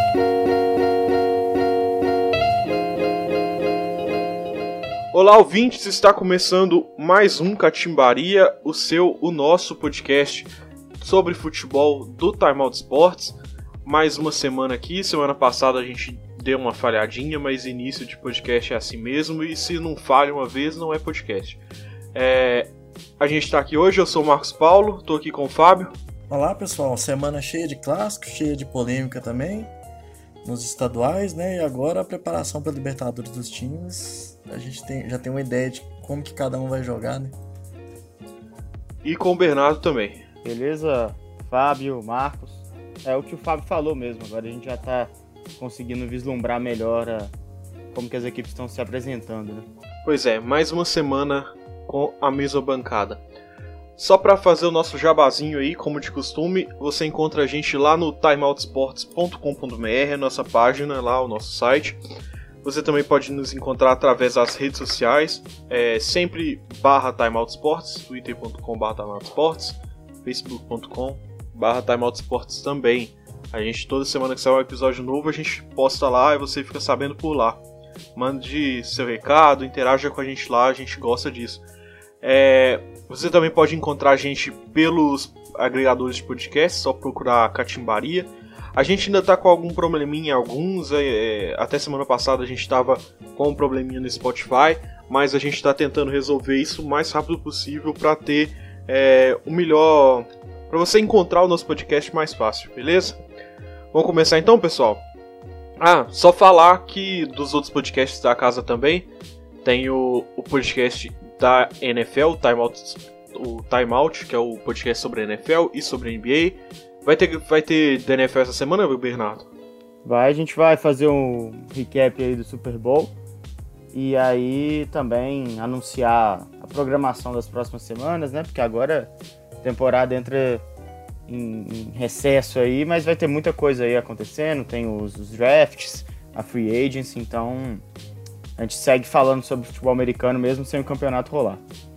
Olá, ouvintes, está começando mais um Catimbaria, o nosso podcast sobre futebol do Time Out Sports. Mais uma semana aqui, semana passada a gente deu uma falhadinha, mas início de podcast é assim mesmo, e se não falha uma vez, não é podcast. A gente está aqui hoje, eu sou o Marcos Paulo, estou aqui com o Fábio. Olá pessoal, semana cheia de clássicos, cheia de polêmica também, nos estaduais, né? E agora a preparação para a Libertadores dos times. A gente já tem uma ideia de como que cada um vai jogar, né? E com o Bernardo também. Beleza, Fábio, Marcos. É o que o Fábio falou mesmo, agora a gente já tá conseguindo vislumbrar melhor como que as equipes estão se apresentando, né? Pois é, mais uma semana com a mesma bancada. Só para fazer o nosso jabazinho aí, como de costume, você encontra a gente lá no timeoutsports.com.br, a nossa página lá, o nosso site. Você também pode nos encontrar através das redes sociais, sempre /timeoutsports, twitter.com/timeoutsports, facebook.com/timeoutsports também. A gente, toda semana que sair um episódio novo, a gente posta lá e você fica sabendo por lá. Mande seu recado, interaja com a gente lá, a gente gosta disso. Você também pode encontrar a gente pelos agregadores de podcast, só procurar Catimbaria. A gente ainda tá com algum probleminha em alguns, até semana passada a gente tava com um probleminha no Spotify, mas a gente tá tentando resolver isso o mais rápido possível para ter o melhor, para você encontrar o nosso podcast mais fácil, beleza? Vamos começar então, pessoal? Só falar que dos outros podcasts da casa também, tem o podcast da NFL, o Time Out, que é o podcast sobre a NFL e sobre a NBA. Vai ter da NFL essa semana, Bernardo? A gente vai fazer um recap aí do Super Bowl e aí também anunciar a programação das próximas semanas, né? Porque agora a temporada entra em recesso aí, mas vai ter muita coisa aí acontecendo, tem os drafts, a free agency, então a gente segue falando sobre futebol americano mesmo sem o campeonato rolar.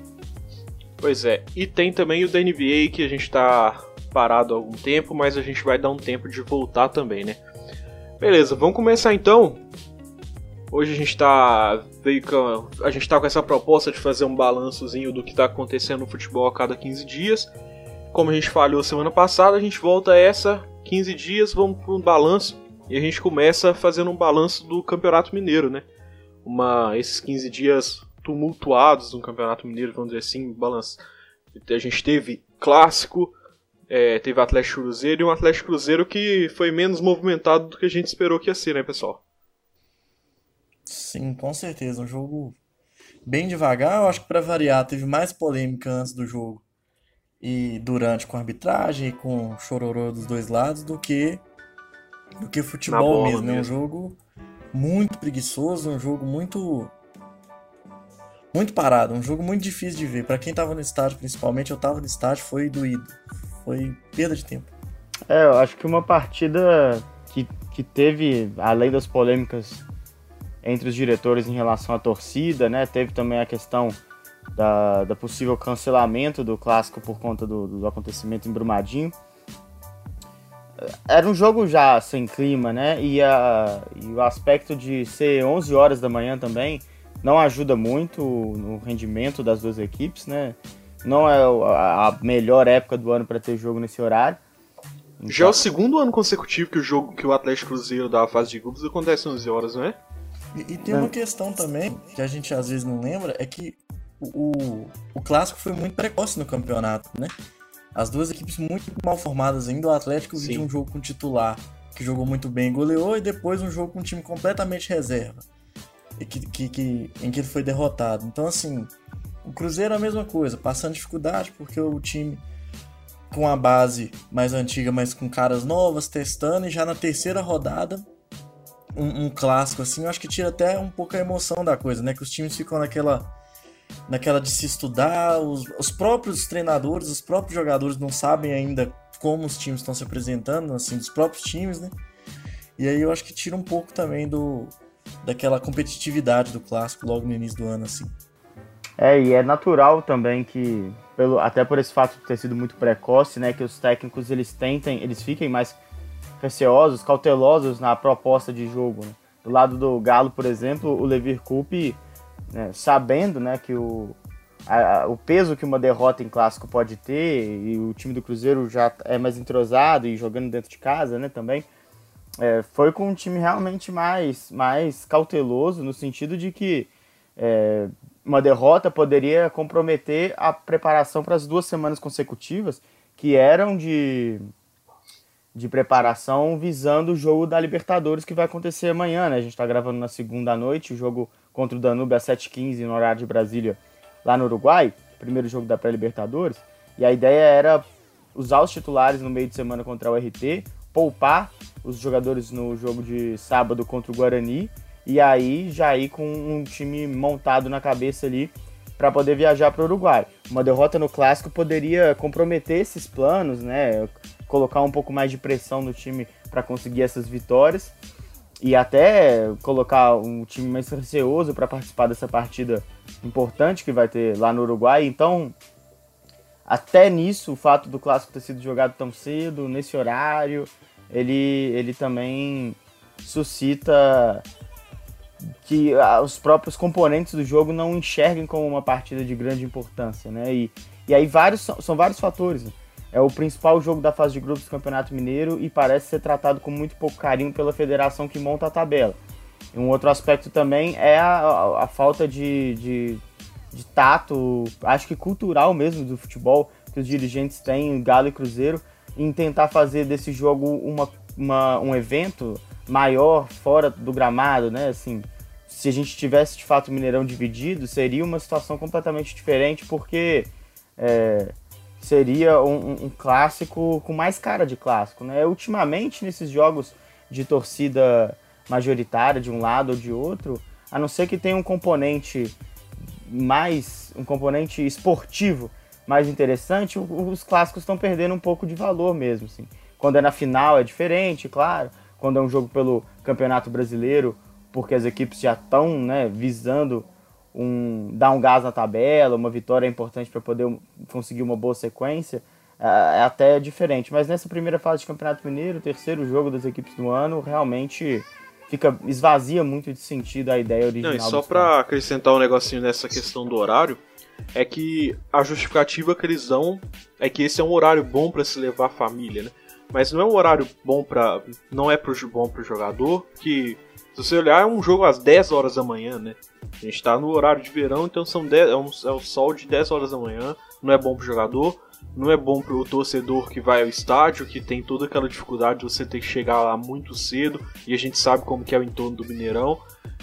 Pois é, e tem também o da NBA que a gente tá parado há algum tempo, mas a gente vai dar um tempo de voltar também, né? Beleza, vamos começar então. Hoje a gente tá com essa proposta de fazer um balançozinho do que tá acontecendo no futebol a cada 15 dias. Como a gente falhou semana passada, a gente volta essa 15 dias, vamos para um balanço e a gente começa fazendo um balanço do Campeonato Mineiro, né? Esses 15 dias tumultuados no Campeonato Mineiro, vamos dizer assim, balanço. A gente teve clássico, teve Atlético Cruzeiro e um Atlético Cruzeiro que foi menos movimentado do que a gente esperou que ia ser, né, pessoal? Sim, com certeza. Um jogo bem devagar. Eu acho que para variar, teve mais polêmica antes do jogo e durante, com a arbitragem e com chororô dos dois lados, do que futebol mesmo. É um jogo muito preguiçoso, um jogo muito parado, um jogo muito difícil de ver. Para quem tava no estádio, principalmente, eu tava no estádio, foi doído. Foi perda de tempo. Eu acho que uma partida que teve, além das polêmicas entre os diretores em relação à torcida, né? Teve também a questão da possível cancelamento do clássico por conta do acontecimento em Brumadinho. Era um jogo já sem clima, né? E o aspecto de ser 11 horas da manhã também não ajuda muito no rendimento das duas equipes, né? Não é a melhor época do ano para ter jogo nesse horário. Então, já é o segundo ano consecutivo que o Atlético Cruzeiro da fase de grupos acontece às 11 horas, não é? E tem uma questão também, que a gente às vezes não lembra, é que o clássico foi muito precoce no campeonato, né? As duas equipes muito mal formadas ainda. O Atlético viu um jogo com titular que jogou muito bem e goleou, e depois um jogo com um time completamente reserva em que ele foi derrotado. Então, assim, o Cruzeiro é a mesma coisa, passando dificuldade porque o time com a base mais antiga, mas com caras novas, testando, e já na terceira rodada um clássico assim, eu acho que tira até um pouco a emoção da coisa, né? Que os times ficam naquela de se estudar, os próprios treinadores, os próprios jogadores não sabem ainda como os times estão se apresentando, assim, dos próprios times, né? E aí eu acho que tira um pouco também daquela competitividade do clássico logo no início do ano, assim. E é natural também que, até por esse fato de ter sido muito precoce, né, que os técnicos eles fiquem mais receosos, cautelosos na proposta de jogo, né? Do lado do Galo, por exemplo, o Levir Coupe, né, sabendo, né, que o peso que uma derrota em clássico pode ter, e o time do Cruzeiro já é mais entrosado e jogando dentro de casa, né, também, foi com um time realmente mais cauteloso, no sentido de que uma derrota poderia comprometer a preparação para as 2 semanas consecutivas, que eram de preparação visando o jogo da Libertadores, que vai acontecer amanhã, né? A gente está gravando na segunda à noite, o jogo contra o Danúbio às 7h15 no horário de Brasília, lá no Uruguai, primeiro jogo da pré-Libertadores, e a ideia era usar os titulares no meio de semana contra o RT, poupar os jogadores no jogo de sábado contra o Guarani, e aí já ir com um time montado na cabeça ali para poder viajar para o Uruguai. Uma derrota no Clássico poderia comprometer esses planos, né? Colocar um pouco mais de pressão no time para conseguir essas vitórias e até colocar um time mais receoso para participar dessa partida importante que vai ter lá no Uruguai. Então, até nisso, o fato do Clássico ter sido jogado tão cedo, nesse horário, ele também suscita que os próprios componentes do jogo não enxerguem como uma partida de grande importância, né? E aí são vários fatores, né? É o principal jogo da fase de grupos do Campeonato Mineiro e parece ser tratado com muito pouco carinho pela federação que monta a tabela. E um outro aspecto também é a falta de tato, acho que cultural mesmo, do futebol, que os dirigentes têm, Galo e Cruzeiro, em tentar fazer desse jogo um evento maior fora do gramado, né? Assim, se a gente tivesse de fato o Mineirão dividido, seria uma situação completamente diferente, porque seria um clássico com mais cara de clássico, né? Ultimamente, nesses jogos de torcida majoritária de um lado ou de outro, a não ser que tenha um componente esportivo mais interessante, os clássicos estão perdendo um pouco de valor mesmo, assim. Quando é na final é diferente, claro. Quando é um jogo pelo Campeonato Brasileiro, porque as equipes já estão, né, visando dar um gás na tabela, uma vitória é importante para poder conseguir uma boa sequência, é até diferente. Mas nessa primeira fase de Campeonato Mineiro, o terceiro jogo das equipes do ano, realmente esvazia muito de sentido a ideia original. Não, e só para acrescentar um negocinho nessa questão do horário, é que a justificativa que eles dão é que esse é um horário bom para se levar a família, né? Mas não é um horário bom não é bom pro jogador, que se você olhar é um jogo às 10 horas da manhã, né? A gente tá no horário de verão, então é o sol de 10 horas da manhã, não é bom pro jogador, não é bom pro torcedor que vai ao estádio, que tem toda aquela dificuldade de você ter que chegar lá muito cedo, e a gente sabe como que é o entorno do Mineirão.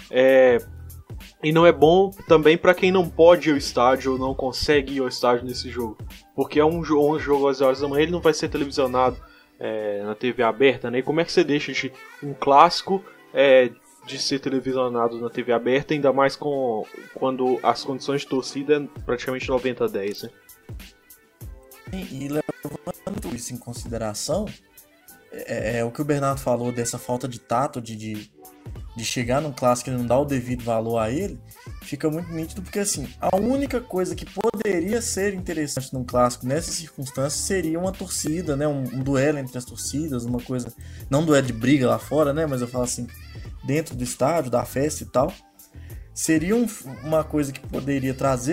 E não é bom também para quem não pode ir ao estádio ou não consegue ir ao estádio nesse jogo, porque é um jogo às horas da manhã, ele não vai ser televisionado na TV aberta, né? E como é que você deixa um clássico de ser televisionado na TV aberta, ainda mais quando as condições de torcida é praticamente 90-10, né? E levando isso em consideração, o que o Bernardo falou dessa falta de tato, de chegar num clássico e não dar o devido valor a ele, fica muito nítido, porque assim, a única coisa que poderia ser interessante num clássico nessas circunstâncias seria uma torcida, né, um duelo entre as torcidas, uma coisa, não um duelo de briga lá fora, né, mas eu falo assim, dentro do estádio, da festa e tal, seria uma coisa que poderia trazer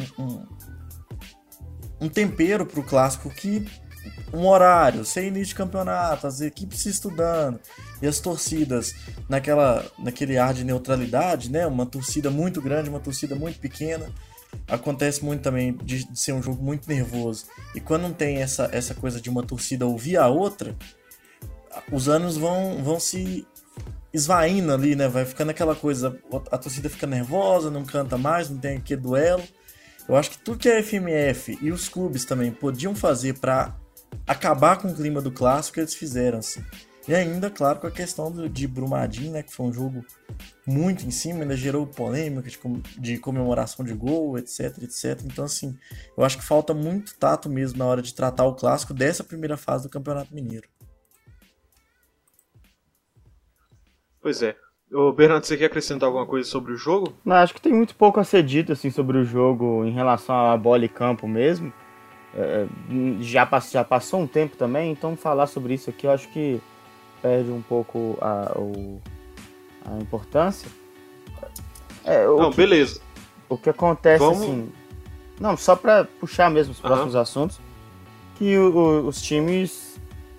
um tempero pro clássico, que um horário, sem início de campeonato, as equipes se estudando e as torcidas naquele ar de neutralidade, né? Uma torcida muito grande, uma torcida muito pequena. Acontece muito também de ser um jogo muito nervoso. E quando não tem essa coisa de uma torcida ouvir a outra, os ânimos vão se esvaindo ali, né? Vai ficando aquela coisa, a torcida fica nervosa, não canta mais, não tem aquele duelo. Eu acho que tudo que a FMF e os clubes também podiam fazer para acabar com o clima do clássico, eles fizeram, assim. E ainda, claro, com a questão de Brumadinho, né, que foi um jogo muito em cima, ainda gerou polêmica de comemoração de gol, etc, etc. Então, assim, eu acho que falta muito tato mesmo na hora de tratar o clássico dessa primeira fase do Campeonato Mineiro. Pois é. Ô, Bernardo, você quer acrescentar alguma coisa sobre o jogo? Não, acho que tem muito pouco a ser dito assim, sobre o jogo em relação à bola e campo mesmo. Já passou um tempo também, então falar sobre isso aqui eu acho que perde um pouco a importância. Beleza. O que acontece, assim... Não, só para puxar mesmo os próximos assuntos, que os times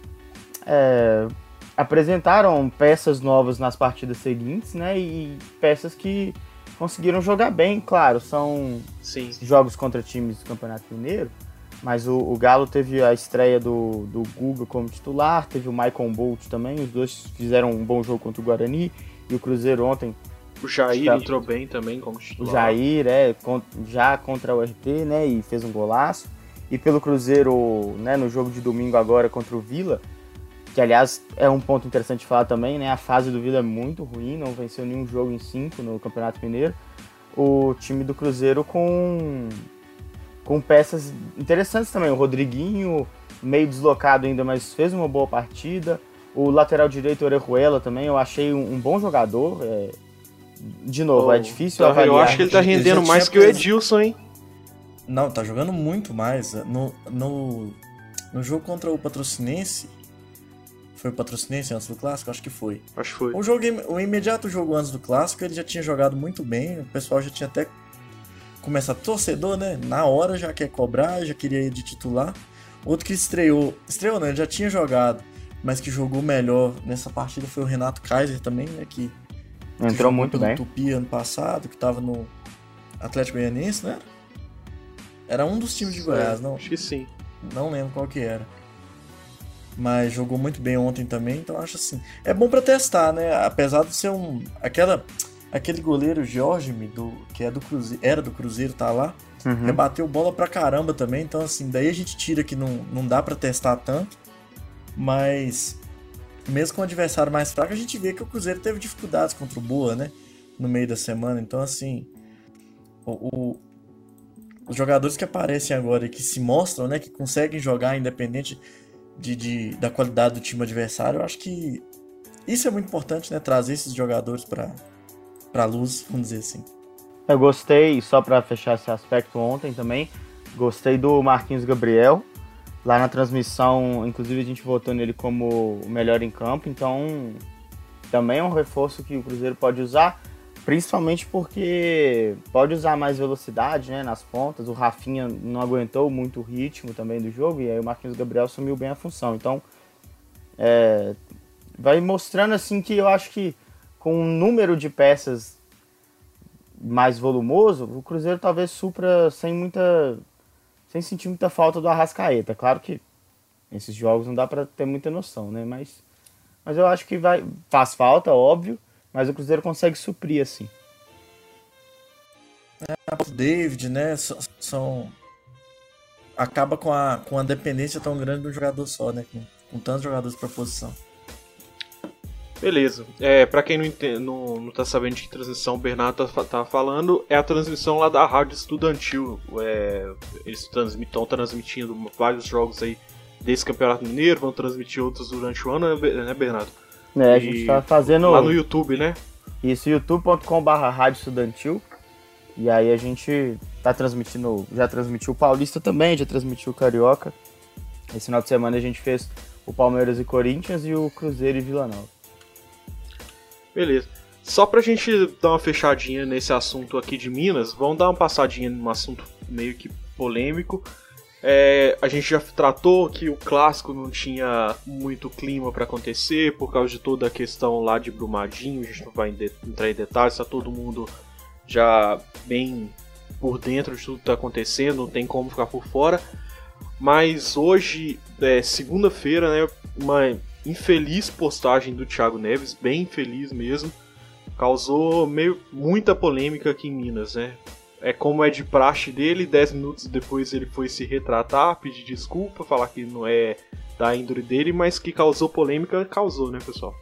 apresentaram peças novas nas partidas seguintes, né? E peças que conseguiram jogar bem, claro, são jogos contra times do Campeonato Mineiro, mas o Galo teve a estreia do Guga como titular, teve o Maicon Bolt também, os dois fizeram um bom jogo contra o Guarani, e o Cruzeiro ontem... O Jair entrou bem também como titular. O Jair, já contra o RT, né, e fez um golaço. E pelo Cruzeiro, né, no jogo de domingo agora contra o Vila, que aliás é um ponto interessante de falar também, né, a fase do Vila é muito ruim, não venceu nenhum jogo em 5 no Campeonato Mineiro. O time do Cruzeiro com peças interessantes também, o Rodriguinho, meio deslocado ainda, mas fez uma boa partida. O lateral direito, Orejuela, também, eu achei um bom jogador. De novo, é difícil avaliar. Eu acho que ele tá rendendo mais que o Edilson, hein? Não, tá jogando muito mais. No jogo contra o Patrocinense, foi o Patrocinense antes do Clássico? Acho que foi. Acho que foi. O imediato jogo antes do Clássico, ele já tinha jogado muito bem, o pessoal já tinha até começado, torcedor, né? Na hora já quer cobrar, já queria ir de titular. Outro que estreou não, ele já tinha jogado, mas que jogou melhor nessa partida foi o Renato Kaiser também, né? Que entrou muito bem. Tupi ano passado, que tava no Atlético Goianiense, né? Era um dos times de Goiás, não? Acho que sim. Não lembro qual que era. Mas jogou muito bem ontem também, então acho assim. É bom pra testar, né? Apesar de ser aquele goleiro Jorge, que era do Cruzeiro, tá lá. Rebateu bola pra caramba também, então assim, daí a gente tira que não dá pra testar tanto. Mas mesmo com o adversário mais fraco, a gente vê que o Cruzeiro teve dificuldades contra o Boa, né? No meio da semana. Então, assim, os jogadores que aparecem agora e que se mostram, né? Que conseguem jogar independente da qualidade do time adversário, eu acho que isso é muito importante, né? Trazer esses jogadores pra luz, vamos dizer assim. Eu gostei, só pra fechar esse aspecto ontem também, gostei do Marquinhos Gabriel. Lá na transmissão, inclusive, a gente votou nele como o melhor em campo, então também é um reforço que o Cruzeiro pode usar, principalmente porque pode usar mais velocidade, né, nas pontas. O Rafinha não aguentou muito o ritmo também do jogo, e aí o Marquinhos Gabriel assumiu bem a função. Então, vai mostrando assim que eu acho que com um número de peças mais volumoso, o Cruzeiro talvez supra sem sentir muita falta do Arrascaeta. Claro que nesses jogos não dá pra ter muita noção, né? Mas eu acho que faz falta, óbvio, mas o Cruzeiro consegue suprir, assim. O David, né? Acaba com a dependência tão grande de um jogador só, né? Com tantos jogadores pra posição. Beleza. Pra quem não tá sabendo de que transmissão o Bernardo tá falando, é a transmissão lá da Rádio Estudantil. Eles estão transmitindo vários jogos aí desse Campeonato Mineiro, vão transmitir outros durante o ano, né, Bernardo? A gente tá fazendo... Lá no YouTube, né? Isso, youtube.com/Rádio Estudantil. E aí a gente tá transmitindo, já transmitiu o Paulista também, já transmitiu o Carioca. Esse final de semana a gente fez o Palmeiras e Corinthians e o Cruzeiro e Vila Nova. Beleza. Só pra gente dar uma fechadinha nesse assunto aqui de Minas, vamos dar uma passadinha num assunto meio que polêmico. A gente já tratou que o Clássico não tinha muito clima pra acontecer por causa de toda a questão lá de Brumadinho. A gente não vai entrar em detalhes, tá todo mundo já bem por dentro de tudo que tá acontecendo, não tem como ficar por fora. Mas hoje, segunda-feira, né, uma infeliz postagem do Thiago Neves, bem infeliz mesmo, causou muita polêmica aqui em Minas, né? Como é de praxe dele, 10 minutos depois ele foi se retratar, pedir desculpa, falar que não é da índole dele, mas que causou polêmica, causou, né, pessoal?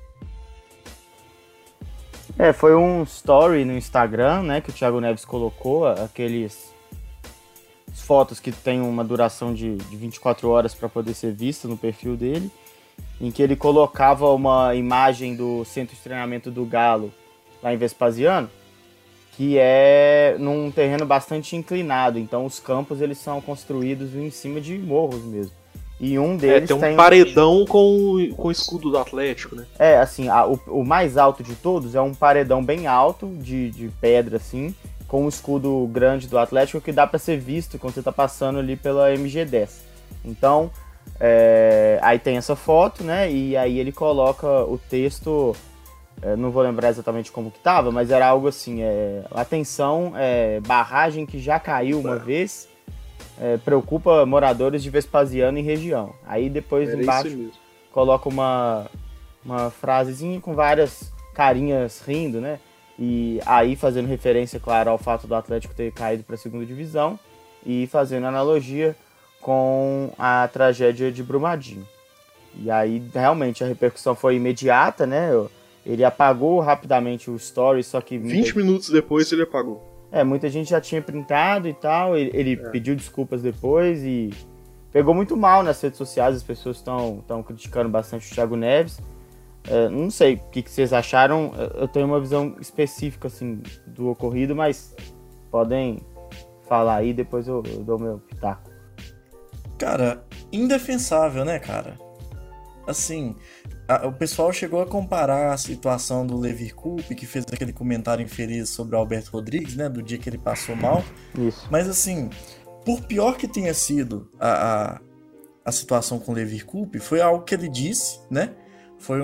Foi um story no Instagram, né, que o Thiago Neves colocou, aqueles fotos que tem uma duração de 24 horas para poder ser vista no perfil dele, em que ele colocava uma imagem do centro de treinamento do Galo, lá em Vespasiano, que é num terreno bastante inclinado, então os campos eles são construídos em cima de morros mesmo. E um deles tem um paredão com o escudo do Atlético, né? Assim, o mais alto de todos é um paredão bem alto, de pedra, assim, com um escudo grande do Atlético que dá pra ser visto quando você tá passando ali pela MG10. Então, aí tem essa foto, né? E aí ele coloca o texto, não vou lembrar exatamente como que tava, mas era algo assim, atenção, barragem que já caiu uma vez, preocupa moradores de Vespasiano e região. Aí depois embaixo coloca uma frasezinha com várias carinhas rindo, né? E aí fazendo referência, claro, ao fato do Atlético ter caído para a segunda divisão e fazendo analogia com a tragédia de Brumadinho. E aí realmente a repercussão foi imediata, né? Ele apagou rapidamente o story, só que 20 minutos depois ele apagou. Muita gente já tinha printado e tal, ele pediu desculpas depois e pegou muito mal nas redes sociais, as pessoas estão criticando bastante o Thiago Neves. Não sei o que vocês acharam, eu tenho uma visão específica assim, do ocorrido, mas podem falar aí, depois eu dou meu pitaco. Cara, indefensável, né, cara? Assim, o pessoal chegou a comparar a situação do Levi Coupe, que fez aquele comentário infeliz sobre o Alberto Rodrigues, né, do dia que ele passou mal. Isso. Mas assim, por pior que tenha sido a situação com o Levi Coupe, foi algo que ele disse, né? Foi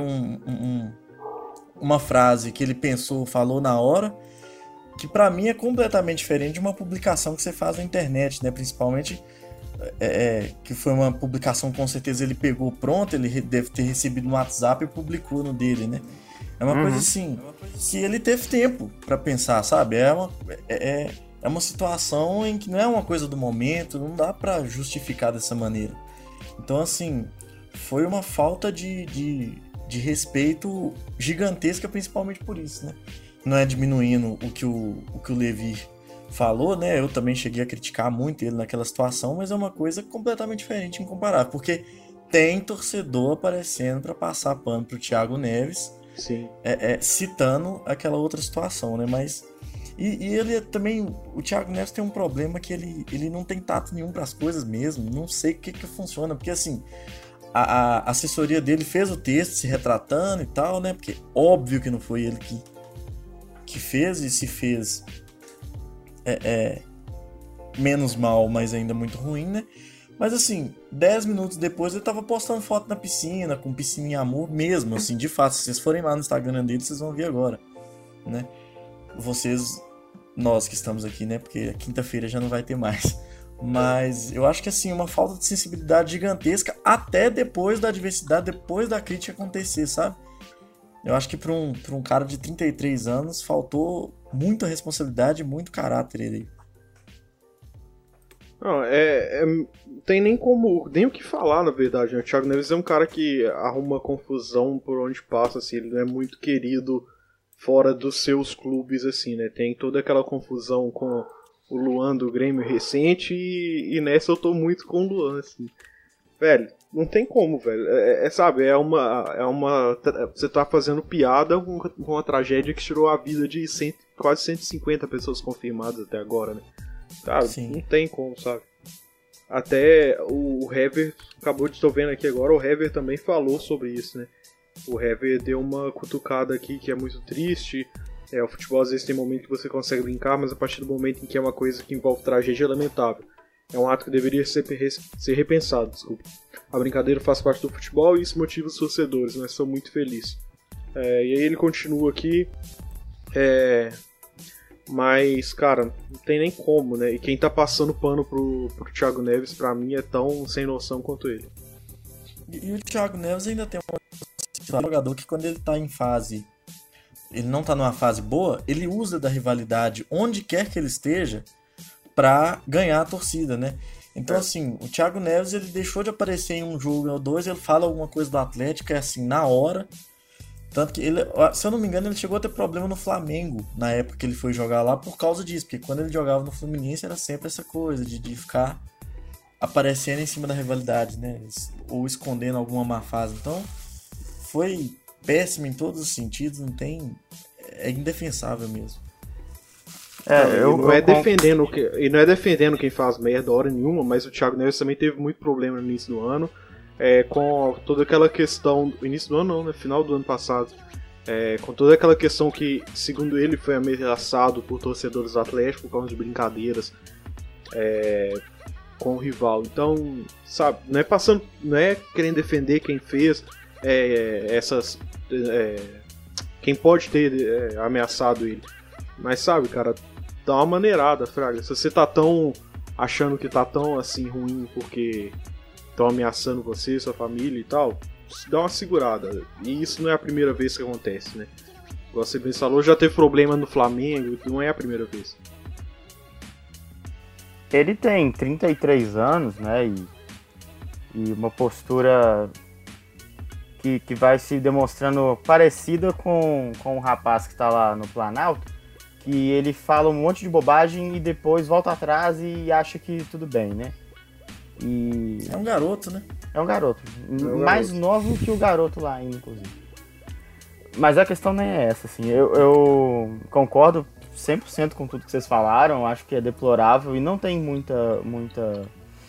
uma frase que ele pensou, falou na hora, que pra mim é completamente diferente de uma publicação que você faz na internet, né? Principalmente que foi uma publicação, com certeza ele pegou pronto, ele deve ter recebido no WhatsApp e publicou no dele, né? É uma coisa assim, que ele teve tempo pra pensar, sabe? É uma situação em que não é uma coisa do momento, não dá pra justificar dessa maneira. Então, assim, foi uma falta de respeito gigantesca, principalmente por isso, né? Não é diminuindo o que o Levi falou, né? Eu também cheguei a criticar muito ele naquela situação, mas é uma coisa completamente diferente, incomparável, porque tem torcedor aparecendo para passar pano pro Thiago Neves, sim, citando aquela outra situação, né? Mas e ele também, o Thiago Neves tem um problema que ele não tem tato nenhum para as coisas mesmo, não sei o que funciona, porque assim, a assessoria dele fez o texto se retratando e tal, né? Porque óbvio que não foi ele que fez, e se fez menos mal, mas ainda muito ruim, né? Mas assim, 10 minutos depois ele tava postando foto na piscina, com piscininha amor mesmo, assim, de fato. Se vocês forem lá no Instagram dele, vocês vão ver agora, né? Nós que estamos aqui, né? Porque a quinta-feira já não vai ter mais. Mas eu acho que assim, uma falta de sensibilidade gigantesca até depois da adversidade, depois da crítica acontecer, sabe? Eu acho que para um cara de 33 anos faltou muita responsabilidade e muito caráter ali. Não, tem nem o que falar, na verdade, né? O Thiago Neves é um cara que arruma confusão por onde passa, assim, ele não é muito querido fora dos seus clubes, assim, né? Tem toda aquela confusão com o Luan do Grêmio recente e nessa eu tô muito com o Luan, assim. Velho, não tem como, velho. Sabe, você tá fazendo piada com uma tragédia que tirou a vida de quase 150 pessoas confirmadas até agora, né? Cara, sim, não tem como, sabe? Até o Hever, estou vendo aqui agora, o Hever também falou sobre isso, né? O Hever deu uma cutucada aqui que é muito triste. O futebol às vezes tem momento que você consegue brincar, mas a partir do momento em que é uma coisa que envolve tragédia é lamentável. É um ato que deveria ser repensado, desculpa. A brincadeira faz parte do futebol e isso motiva os torcedores, nós somos muito felizes. E aí ele continua aqui. Mas, cara, não tem nem como, né? E quem tá passando pano pro Thiago Neves, pra mim, é tão sem noção quanto ele. E o Thiago Neves ainda tem um jogador que quando ele tá em fase, ele não tá numa fase boa, ele usa da rivalidade onde quer que ele esteja pra ganhar a torcida, né? Então, assim, o Thiago Neves, ele deixou de aparecer em um jogo ou dois, ele fala alguma coisa do Atlético, assim, na hora. Tanto que ele, se eu não me engano, ele chegou a ter problema no Flamengo na época que ele foi jogar lá por causa disso, porque quando ele jogava no Fluminense era sempre essa coisa de ficar aparecendo em cima da rivalidade, né? Ou escondendo alguma má fase. Então, foi péssimo em todos os sentidos, não tem. É indefensável mesmo. Não é defendendo quem faz merda hora nenhuma, mas o Thiago Neves também teve muito problema no início do ano. com toda aquela questão, início do ano não, né? Final do ano passado, com toda aquela questão que, segundo ele, foi ameaçado por torcedores do Atlético por causa de brincadeiras com o rival. Então, sabe, não é querendo defender quem fez quem pode ter ameaçado ele, mas sabe, cara, dá uma maneirada, fraga. Se você tá tão achando que tá tão assim ruim porque estão ameaçando você, sua família e tal, dá uma segurada. E isso não é a primeira vez que acontece, né? Igual você bem falou, já teve problema no Flamengo, não é a primeira vez. Ele tem 33 anos, né? E uma postura que vai se demonstrando parecida com o rapaz que tá lá no Planalto, que ele fala um monte de bobagem e depois volta atrás e acha que tudo bem, né? E... É um garoto, né? É um garoto. Mais novo que o garoto lá ainda, inclusive. Mas a questão não é essa, assim. Eu concordo 100% com tudo que vocês falaram. Acho que é deplorável e não tem muita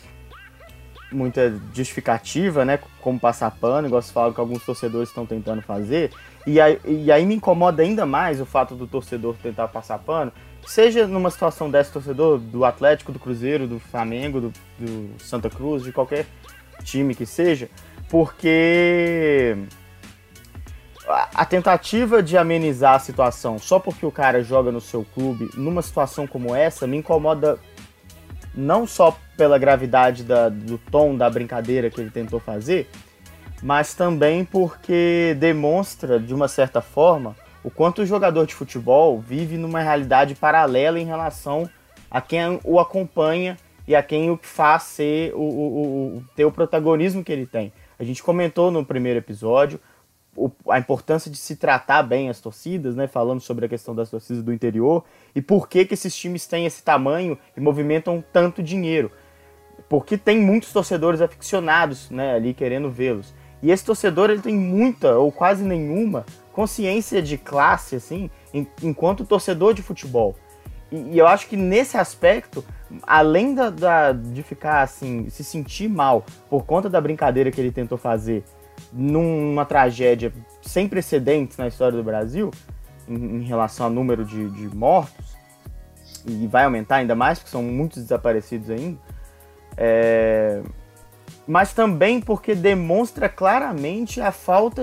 justificativa, né? Como passar pano, igual vocês falaram que alguns torcedores estão tentando fazer. E aí me incomoda ainda mais o fato do torcedor tentar passar pano. Seja numa situação dessa, torcedor do Atlético, do Cruzeiro, do Flamengo, do Santa Cruz, de qualquer time que seja, porque a tentativa de amenizar a situação só porque o cara joga no seu clube, numa situação como essa, me incomoda não só pela gravidade do tom da brincadeira que ele tentou fazer, mas também porque demonstra, de uma certa forma, o quanto o jogador de futebol vive numa realidade paralela em relação a quem o acompanha e a quem o faz ser ter o protagonismo que ele tem. A gente comentou no primeiro episódio a importância de se tratar bem as torcidas, né, falando sobre a questão das torcidas do interior e por que esses times têm esse tamanho e movimentam tanto dinheiro. Porque tem muitos torcedores aficionados, né, ali querendo vê-los. E esse torcedor ele tem muita ou quase nenhuma consciência de classe, assim, enquanto torcedor de futebol. E eu acho que nesse aspecto, além de ficar assim, se sentir mal por conta da brincadeira que ele tentou fazer numa tragédia sem precedentes na história do Brasil, em relação ao número de mortos, e vai aumentar ainda mais, porque são muitos desaparecidos ainda, mas também porque demonstra claramente a falta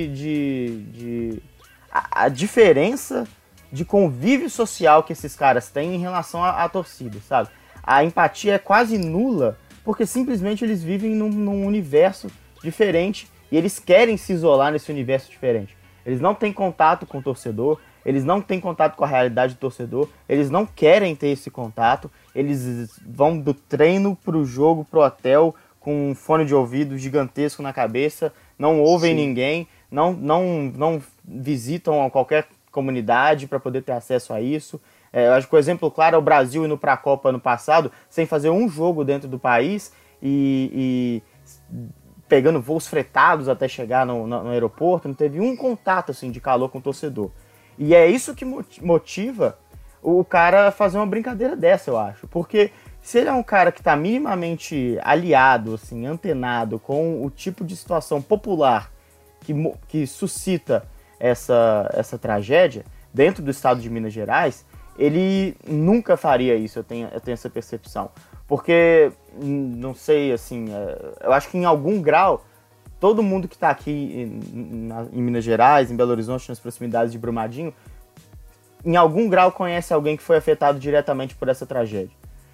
a diferença de convívio social que esses caras têm em relação à torcida, sabe? A empatia é quase nula, porque simplesmente eles vivem num universo diferente e eles querem se isolar nesse universo diferente. Eles não têm contato com o torcedor, eles não têm contato com a realidade do torcedor, eles não querem ter esse contato, eles vão do treino pro jogo, pro hotel, com um fone de ouvido gigantesco na cabeça, não ouvem ninguém, não visitam a qualquer comunidade para poder ter acesso a isso. Eu acho que o exemplo claro é o Brasil indo para a Copa ano passado, sem fazer um jogo dentro do país e pegando voos fretados até chegar no aeroporto, não teve um contato assim, de calor com o torcedor. E é isso que motiva o cara a fazer uma brincadeira dessa, eu acho. Porque se ele é um cara que está minimamente aliado, assim, antenado com o tipo de situação popular que suscita essa tragédia dentro do estado de Minas Gerais, ele nunca faria isso, eu tenho essa percepção. Porque, não sei, assim, eu acho que em algum grau, todo mundo que está aqui em Minas Gerais, em Belo Horizonte, nas proximidades de Brumadinho, em algum grau conhece alguém que foi afetado diretamente por essa tragédia.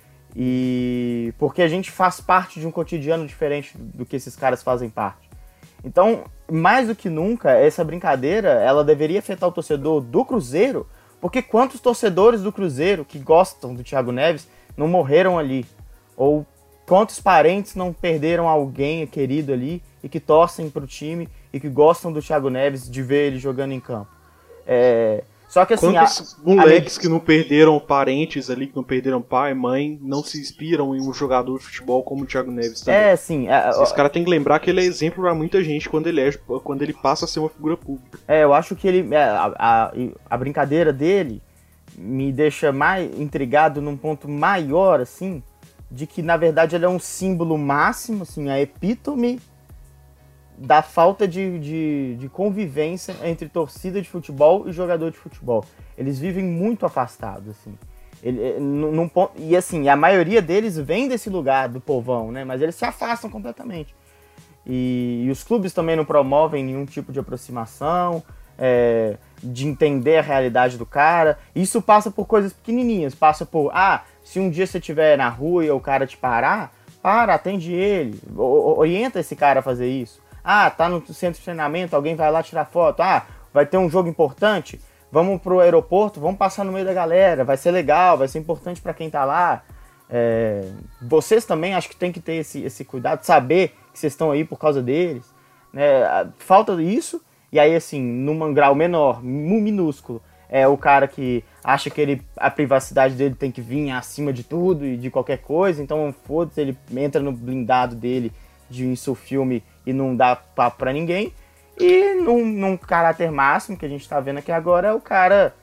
E porque a gente faz parte de um cotidiano diferente do que esses caras fazem parte. Então, mais do que nunca, essa brincadeira, ela deveria afetar o torcedor do Cruzeiro, porque quantos torcedores do Cruzeiro que gostam do Thiago Neves não morreram ali? Ou quantos parentes não perderam alguém querido ali e que torcem pro time e que gostam do Thiago Neves, de ver ele jogando em campo? Só que assim... Quantos moleques que não perderam parentes ali, que não perderam pai, mãe, não se inspiram em um jogador de futebol como o Thiago Neves também? Sim. Esse cara tem que lembrar que ele é exemplo pra muita gente quando ele passa a ser uma figura pública. Eu acho que ele... A brincadeira dele me deixa mais intrigado num ponto maior, assim, de que, na verdade, ele é um símbolo máximo, assim, a epítome da falta de convivência entre torcida de futebol e jogador de futebol. Eles vivem muito afastados, assim. E assim, a maioria deles vem desse lugar do povão, né? Mas eles se afastam completamente. E os clubes também não promovem nenhum tipo de aproximação, de entender a realidade do cara. Isso passa por coisas pequenininhas. Passa por, se um dia você estiver na rua e o cara te parar, atende ele. Orienta esse cara a fazer isso. Tá no centro de treinamento, alguém vai lá tirar foto. Vai ter um jogo importante, vamos pro aeroporto, vamos passar no meio da galera, vai ser legal, vai ser importante para quem tá lá. Vocês também acho que tem que ter esse cuidado, saber que vocês estão aí por causa deles, né? Falta isso, e aí assim, num grau menor, minúsculo, é o cara que acha que a privacidade dele tem que vir acima de tudo e de qualquer coisa, então foda-se, ele entra no blindado dele de isso filme e não dá papo pra ninguém. E num caráter máximo que a gente tá vendo aqui agora é o cara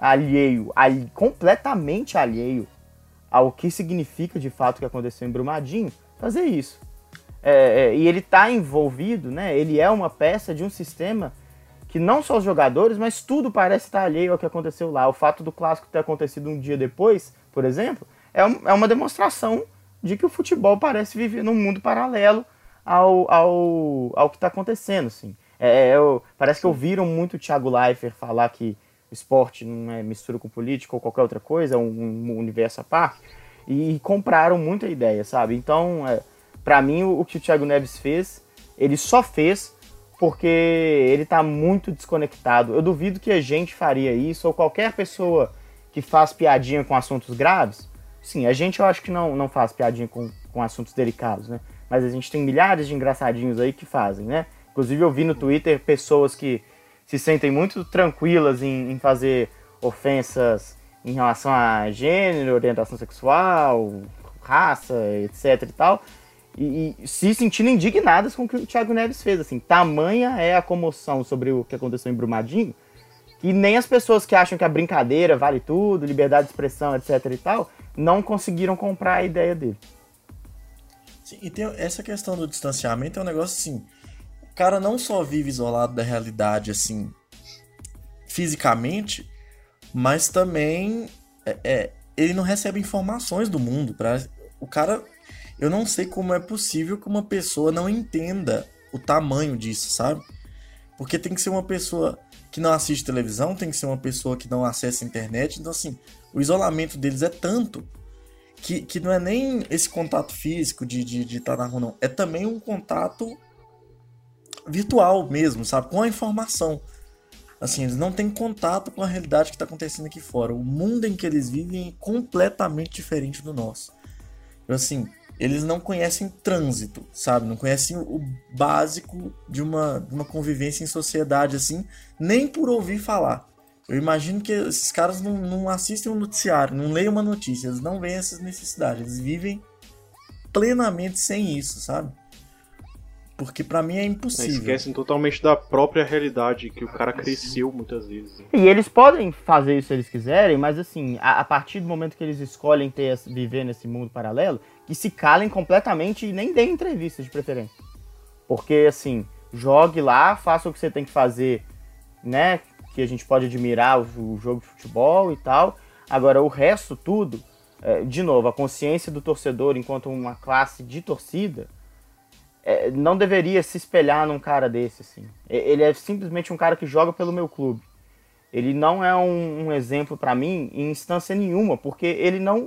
completamente alheio ao que significa de fato o que aconteceu em Brumadinho, fazer isso. E ele tá envolvido, né? Ele é uma peça de um sistema que não só os jogadores, mas tudo parece estar alheio ao que aconteceu lá. O fato do clássico ter acontecido um dia depois, por exemplo, é uma demonstração de que o futebol parece viver num mundo paralelo ao que está acontecendo, assim. Parece que ouviram muito o Thiago Leifert falar que o esporte não é mistura com política ou qualquer outra coisa, é um universo à parte, e compraram muita ideia, sabe? Então, para mim, o que o Thiago Neves fez, ele só fez porque ele está muito desconectado. Eu duvido que a gente faria isso, ou qualquer pessoa que faz piadinha com assuntos graves. Sim, a gente eu acho que não faz piadinha com assuntos delicados, né? Mas a gente tem milhares de engraçadinhos aí que fazem, né? Inclusive eu vi no Twitter pessoas que se sentem muito tranquilas em fazer ofensas em relação a gênero, orientação sexual, raça, etc e tal, e se sentindo indignadas com o que o Thiago Neves fez, assim. Tamanha é a comoção sobre o que aconteceu em Brumadinho, que nem as pessoas que acham que a brincadeira vale tudo, liberdade de expressão, etc e tal, não conseguiram comprar a ideia dele. Sim, e tem essa questão do distanciamento, é um negócio assim, o cara não só vive isolado da realidade, assim, fisicamente, mas também ele não recebe informações do mundo. O cara, eu não sei como é possível que uma pessoa não entenda o tamanho disso, sabe? Porque tem que ser uma pessoa que não assiste televisão, tem que ser uma pessoa que não acessa a internet. Então, assim, o isolamento deles é tanto que não é nem esse contato físico de estar na rua, não. É também um contato virtual mesmo, sabe? Com a informação. Assim, eles não têm contato com a realidade que está acontecendo aqui fora. O mundo em que eles vivem é completamente diferente do nosso. Então, assim, eles não conhecem trânsito, sabe? Não conhecem o básico de uma convivência em sociedade, assim, nem por ouvir falar. Eu imagino que esses caras não assistem um noticiário, não leem uma notícia, eles não veem essas necessidades, eles vivem plenamente sem isso, sabe? Porque pra mim é impossível. Esquecem totalmente da própria realidade que o cara cresceu muitas vezes. E eles podem fazer isso se eles quiserem, mas assim, a partir do momento que eles escolhem viver nesse mundo paralelo, que se calem completamente e nem deem entrevista de preferência. Porque assim, jogue lá, faça o que você tem que fazer, né? Que a gente pode admirar o jogo de futebol e tal. Agora, o resto tudo, de novo, a consciência do torcedor enquanto uma classe de torcida, não deveria se espelhar num cara desse, assim. Ele é simplesmente um cara que joga pelo meu clube. Ele não é um exemplo para mim em instância nenhuma, porque ele não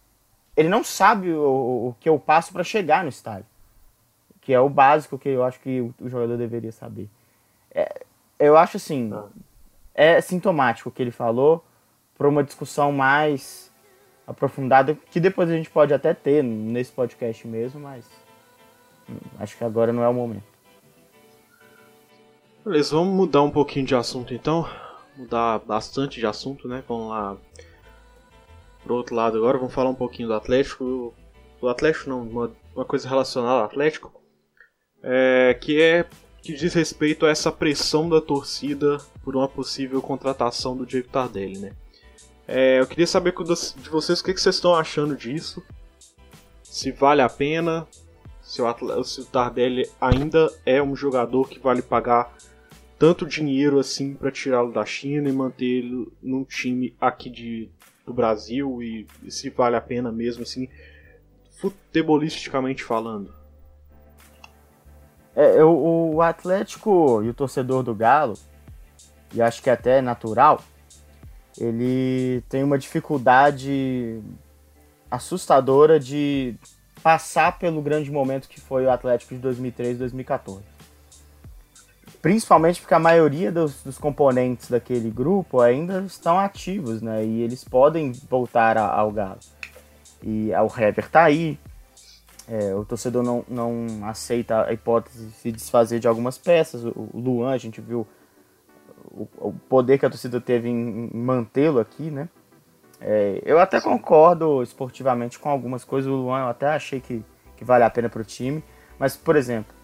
sabe o que eu passo para chegar no estádio, que é o básico que eu acho que o jogador deveria saber. Eu acho assim, é sintomático o que ele falou para uma discussão mais aprofundada, que depois a gente pode até ter nesse podcast mesmo, mas acho que agora não é o momento. Beleza, vamos mudar um pouquinho de assunto então. Mudar bastante de assunto, né? Vamos lá pro outro lado agora. Vamos falar um pouquinho do Atlético. Do Atlético não, uma coisa relacionada ao Atlético. Que diz respeito a essa pressão da torcida por uma possível contratação do Diego Tardelli, né? Eu queria saber de vocês o que vocês estão achando disso. Se vale a pena. se o Tardelli ainda é um jogador que vale pagar tanto dinheiro assim para tirá-lo da China e mantê-lo num time aqui do Brasil e se vale a pena mesmo assim, futebolisticamente falando. O Atlético e o torcedor do Galo, e acho que até é natural, ele tem uma dificuldade assustadora de passar pelo grande momento que foi o Atlético de 2013 e 2014. Principalmente porque a maioria dos componentes daquele grupo ainda estão ativos, né? E eles podem voltar ao Galo. E o Hever tá aí. O torcedor não aceita a hipótese de se desfazer de algumas peças. O Luan, a gente viu o poder que a torcida teve em mantê-lo aqui, né? Eu até concordo esportivamente com algumas coisas. O Luan eu até achei que vale a pena pro time. Mas, por exemplo,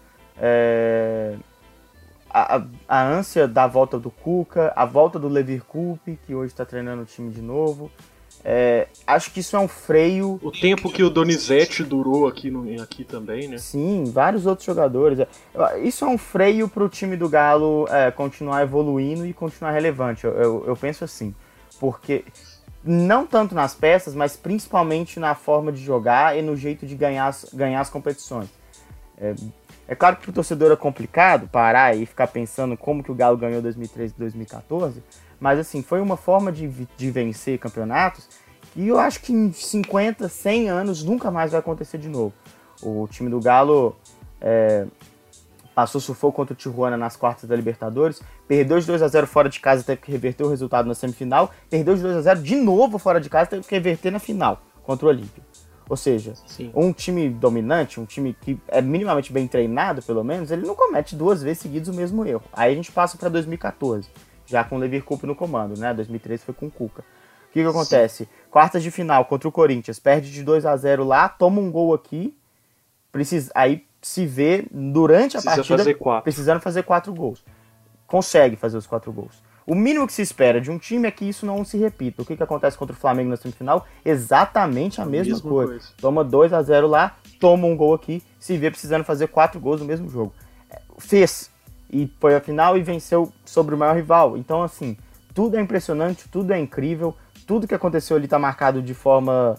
a ânsia da volta do Cuca, a volta do Leverkusen, que hoje está treinando o time de novo. Acho que isso é um freio. O tempo que o Donizete durou aqui também, né? Sim, vários outros jogadores. Isso é um freio para o time do Galo continuar evoluindo e continuar relevante. Eu penso assim, porque não tanto nas peças, mas principalmente na forma de jogar e no jeito de ganhar as competições. É claro que o torcedor é complicado parar e ficar pensando como que o Galo ganhou 2013 e 2014, mas assim, foi uma forma de vencer campeonatos que eu acho que em 50, 100 anos nunca mais vai acontecer de novo. O time do Galo passou sufoco contra o Tijuana nas quartas da Libertadores, perdeu de 2-0 fora de casa, teve que reverter o resultado na semifinal, perdeu de 2-0 de novo fora de casa, teve que reverter na final contra o Olímpia. Ou seja, sim, um time dominante, um time que é minimamente bem treinado, pelo menos, ele não comete 2 vezes seguidas o mesmo erro. Aí a gente passa para 2014, já com o Leverkusen no comando, né? 2013 foi com o Cuca. O que acontece? Sim. Quartas de final contra o Corinthians, perde de 2-0 lá, toma um gol aqui, aí se vê durante a partida precisando fazer 4 gols. Consegue fazer os 4 gols. O mínimo que se espera de um time é que isso não se repita. O que acontece contra o Flamengo na semifinal? Exatamente a mesma coisa. Toma 2-0 lá, toma um gol aqui, se vê precisando fazer 4 gols no mesmo jogo. Fez. E foi a final e venceu sobre o maior rival. Então, assim, tudo é impressionante, tudo é incrível. Tudo que aconteceu ali está marcado de forma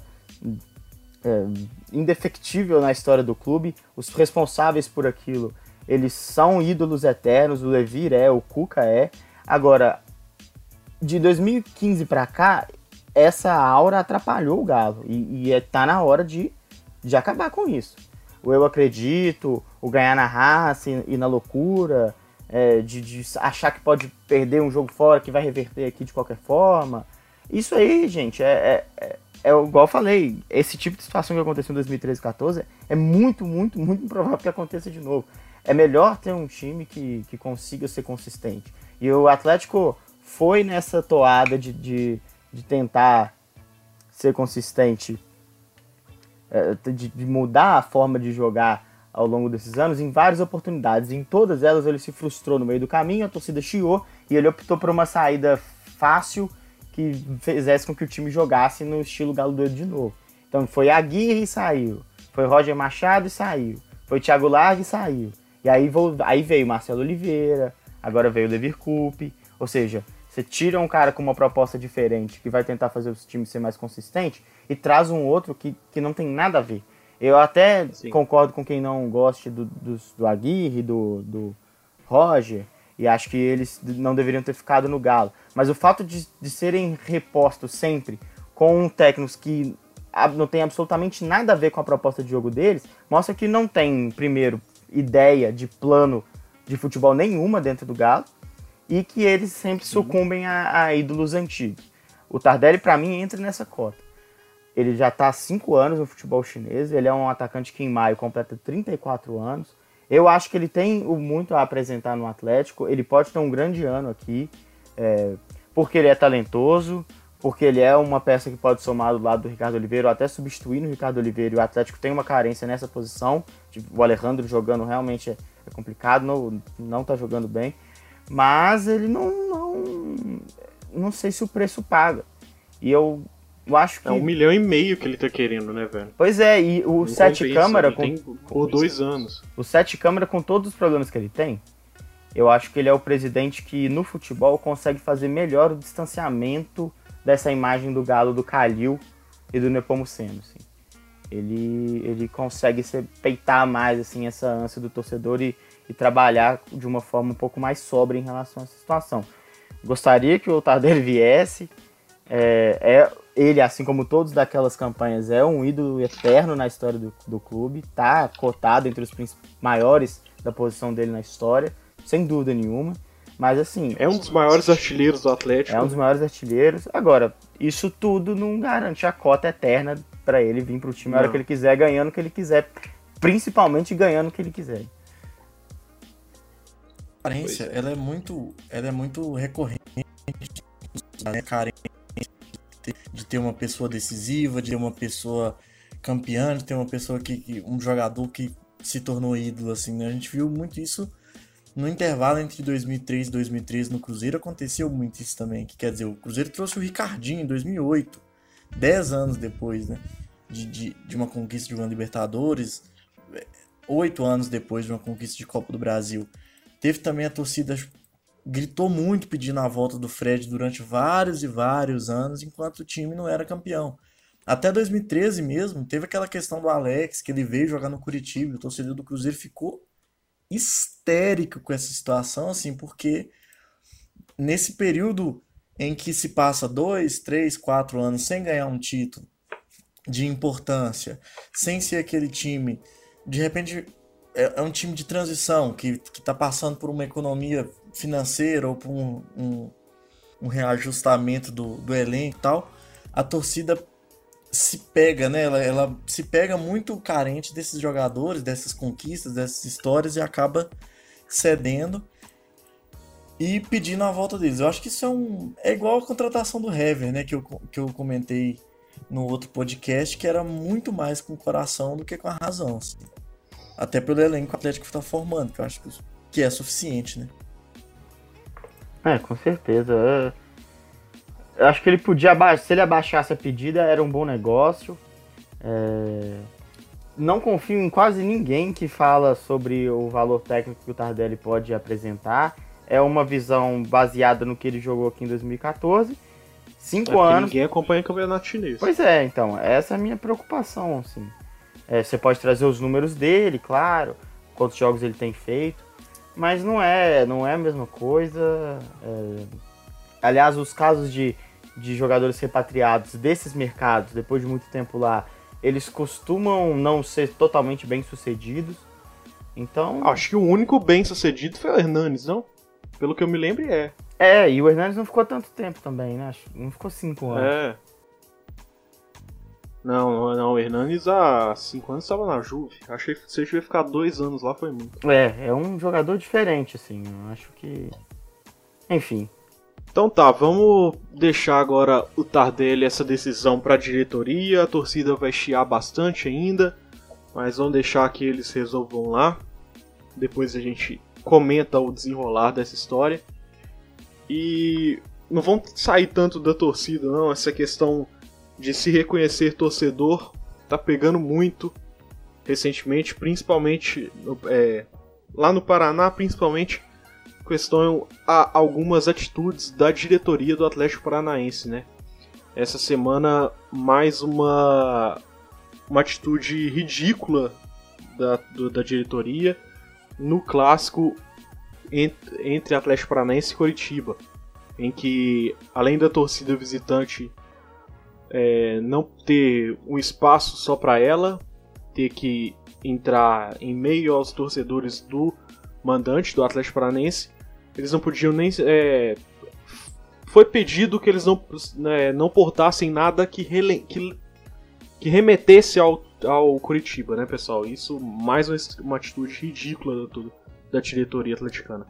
indefectível na história do clube. Os responsáveis por aquilo, eles são ídolos eternos. O Levir o Cuca Agora, de 2015 para cá, essa aura atrapalhou o Galo. E tá na hora de acabar com isso. O eu acredito, o ganhar na raça e na loucura, de achar que pode perder um jogo fora, que vai reverter aqui de qualquer forma. Isso aí, gente, igual eu falei, esse tipo de situação que aconteceu em 2013 e 2014 é muito, muito, muito improvável que aconteça de novo. É melhor ter um time que consiga ser consistente. E o Atlético foi nessa toada de tentar ser consistente, de mudar a forma de jogar ao longo desses anos em várias oportunidades. Em todas elas ele se frustrou no meio do caminho, a torcida chiou e ele optou por uma saída fácil que fizesse com que o time jogasse no estilo Galo doido de novo. Então foi Aguirre e saiu, foi Roger Machado e saiu, foi Thiago Largue e saiu. E aí veio Marcelo Oliveira, agora veio o Leverkusen, ou seja, você tira um cara com uma proposta diferente que vai tentar fazer o time ser mais consistente e traz um outro que não tem nada a ver. Eu até concordo com quem não goste do Aguirre, do Roger, e acho que eles não deveriam ter ficado no Galo. Mas o fato de serem repostos sempre com técnicos que não tem absolutamente nada a ver com a proposta de jogo deles, mostra que não tem, primeiro, ideia de plano de futebol nenhuma dentro do Galo e que eles sempre sucumbem a ídolos antigos. O Tardelli, para mim, entra nessa cota. Ele já está há 5 anos no futebol chinês, ele é um atacante que em maio completa 34 anos. Eu acho que ele tem muito a apresentar no Atlético, ele pode ter um grande ano aqui, porque ele é talentoso, porque ele é uma peça que pode somar do lado do Ricardo Oliveira ou até substituir no Ricardo Oliveira, e o Atlético tem uma carência nessa posição. Tipo, o Alejandro jogando realmente é complicado, não tá jogando bem, mas ele não sei se o preço paga. E eu eu acho que... É 1,5 milhão que ele tá querendo, né, velho? Pois é, e o Sete Câmara... Por 2 anos. O Sete Câmara, com todos os problemas que ele tem, eu acho que ele é o presidente que, no futebol, consegue fazer melhor o distanciamento dessa imagem do Galo do Calil e do Nepomuceno, assim. Ele consegue peitar mais, assim, essa ânsia do torcedor e trabalhar de uma forma um pouco mais sóbria em relação a essa situação. Gostaria que o Tardelli viesse. Ele, assim como todos daquelas campanhas, é um ídolo eterno na história do clube. Tá cotado entre os maiores da posição dele na história, sem dúvida nenhuma. Mas assim... É um dos maiores artilheiros do Atlético. É um dos maiores artilheiros. Agora, isso tudo não garante a cota eterna para ele vir pro time a hora que ele quiser, ganhando o que ele quiser. Principalmente ganhando o que ele quiser. A carência, ela é muito recorrente, né? Carência de ter uma pessoa decisiva, de ter uma pessoa campeã, de ter uma pessoa um jogador que se tornou ídolo, assim, né? A gente viu muito isso no intervalo entre 2003 e 2013 no Cruzeiro, aconteceu muito isso também, que quer dizer, o Cruzeiro trouxe o Ricardinho em 2008, 10 anos depois, né? De uma conquista de uma Libertadores, 8 anos depois de uma conquista de Copa do Brasil. Teve também a torcida, gritou muito pedindo a volta do Fred durante vários e vários anos, enquanto o time não era campeão. Até 2013 mesmo, teve aquela questão do Alex, que ele veio jogar no Curitiba, o torcedor do Cruzeiro ficou histérico com essa situação, assim, porque nesse período em que se passa 2, 3, 4 anos sem ganhar um título de importância, sem ser aquele time, de repente... É um time de transição que está passando por uma economia financeira ou por um reajustamento do elenco e tal. A torcida se pega, né? Ela se pega muito carente desses jogadores, dessas conquistas, dessas histórias e acaba cedendo e pedindo a volta deles. Eu acho que isso é igual a contratação do Hever, né? Que eu comentei no outro podcast, que era muito mais com o coração do que com a razão, assim. Até pelo elenco que o Atlético está formando, que eu acho que é suficiente, né? Com certeza. Eu acho que ele podia se ele abaixasse a pedida, era um bom negócio. Não confio em quase ninguém que fala sobre o valor técnico que o Tardelli pode apresentar. É uma visão baseada no que ele jogou aqui em 2014. 5 anos. Ninguém acompanha o campeonato chinês. Pois é, então, essa é a minha preocupação, assim. Você pode trazer os números dele, claro, quantos jogos ele tem feito, mas não é a mesma coisa. Aliás, os casos de jogadores repatriados desses mercados, depois de muito tempo lá, eles costumam não ser totalmente bem-sucedidos. Então... Acho que o único bem-sucedido foi o Hernanes, não? Pelo que eu me lembro, e o Hernanes não ficou tanto tempo também, né? Não ficou 5 anos. Não, o Hernanes há 5 anos estava na Juve. Achei que se ele tiver ficar 2 anos lá foi muito. É um jogador diferente, assim. Eu acho que... Enfim. Então tá, vamos deixar agora o Tardelli essa decisão para a diretoria. A torcida vai chiar bastante ainda, mas vamos deixar que eles resolvam lá. Depois a gente comenta o desenrolar dessa história. E não vão sair tanto da torcida, não. Essa questão de se reconhecer torcedor tá pegando muito recentemente, principalmente lá no Paraná, principalmente questão a algumas atitudes da diretoria do Atlético Paranaense, né? Essa semana mais uma atitude ridícula da diretoria no clássico entre Atlético Paranaense e Coritiba, em que além da torcida visitante não ter um espaço só para ela, ter que entrar em meio aos torcedores do mandante, do Atlético Paranaense, eles não podiam nem... foi pedido que eles não portassem nada que remetesse ao Coritiba, né, pessoal? Isso mais uma atitude ridícula da diretoria atleticana.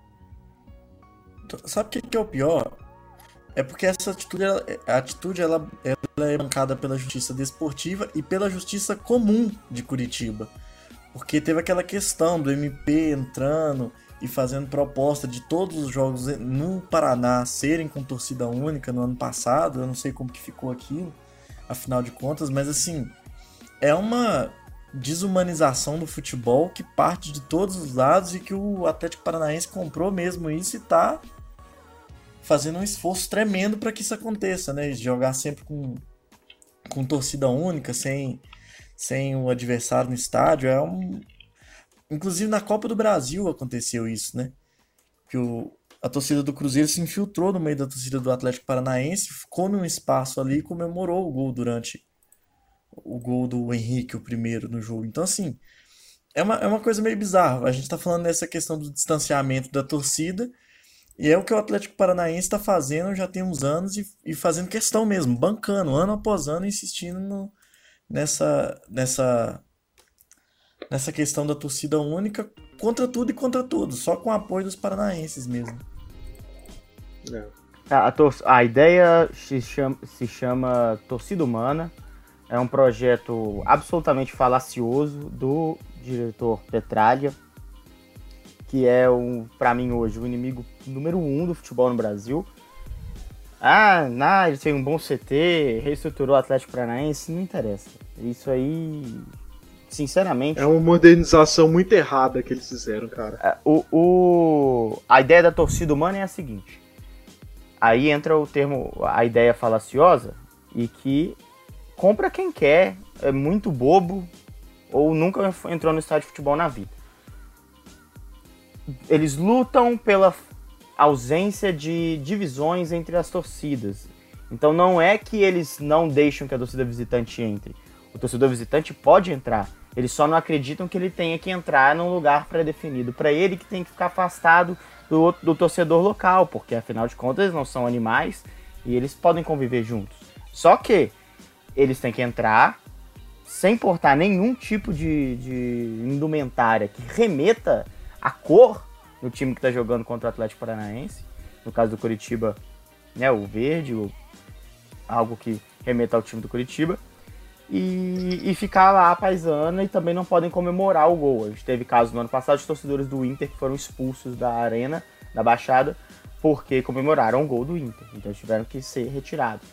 Sabe o que é o pior? É porque essa atitude ela é bancada pela Justiça Desportiva e pela Justiça Comum de Curitiba. Porque teve aquela questão do MP entrando e fazendo proposta de todos os jogos no Paraná serem com torcida única no ano passado. Eu não sei como que ficou aquilo. afinal de contas, mas assim, é uma desumanização do futebol que parte de todos os lados e que o Atlético Paranaense comprou mesmo isso e tá fazendo um esforço tremendo para que isso aconteça, né? Jogar sempre com torcida única, sem o adversário no estádio, inclusive na Copa do Brasil aconteceu isso, né? Que a torcida do Cruzeiro se infiltrou no meio da torcida do Atlético Paranaense, ficou num espaço ali e comemorou o gol durante o gol do Henrique, o primeiro no jogo. Então, assim, é uma coisa meio bizarra. A gente tá falando dessa questão do distanciamento da torcida, e é o que o Atlético Paranaense está fazendo já tem uns anos e fazendo questão mesmo, bancando, ano após ano, insistindo nessa questão da torcida única contra tudo e contra todos, só com o apoio dos paranaenses mesmo. A ideia se chama Torcida Humana. É um projeto absolutamente falacioso do diretor Petralha, que é, para mim hoje, o inimigo número 1 do futebol no Brasil. Ele tem um bom CT, reestruturou o Atlético Paranaense, não interessa. Isso aí, sinceramente... É uma modernização muito errada que eles fizeram, cara. A ideia da torcida humana é a seguinte. Aí entra o termo, a ideia falaciosa, e que compra quem quer, é muito bobo, ou nunca entrou no estádio de futebol na vida. Eles lutam pela ausência de divisões entre as torcidas. Então não é que eles não deixam que a torcida visitante entre. O torcedor visitante pode entrar. Eles só não acreditam que ele tenha que entrar num lugar pré-definido. Para ele que tem que ficar afastado do torcedor local, porque afinal de contas eles não são animais e eles podem conviver juntos. Só que eles têm que entrar sem portar nenhum tipo de indumentária que remeta a cor no time que está jogando contra o Atlético Paranaense. No caso do Coritiba, né, o verde, algo que remeta ao time do Coritiba. E ficar lá a paisana, e também não podem comemorar o gol. A gente teve casos no ano passado de torcedores do Inter que foram expulsos da arena, da Baixada, porque comemoraram o gol do Inter. Então eles tiveram que ser retirados.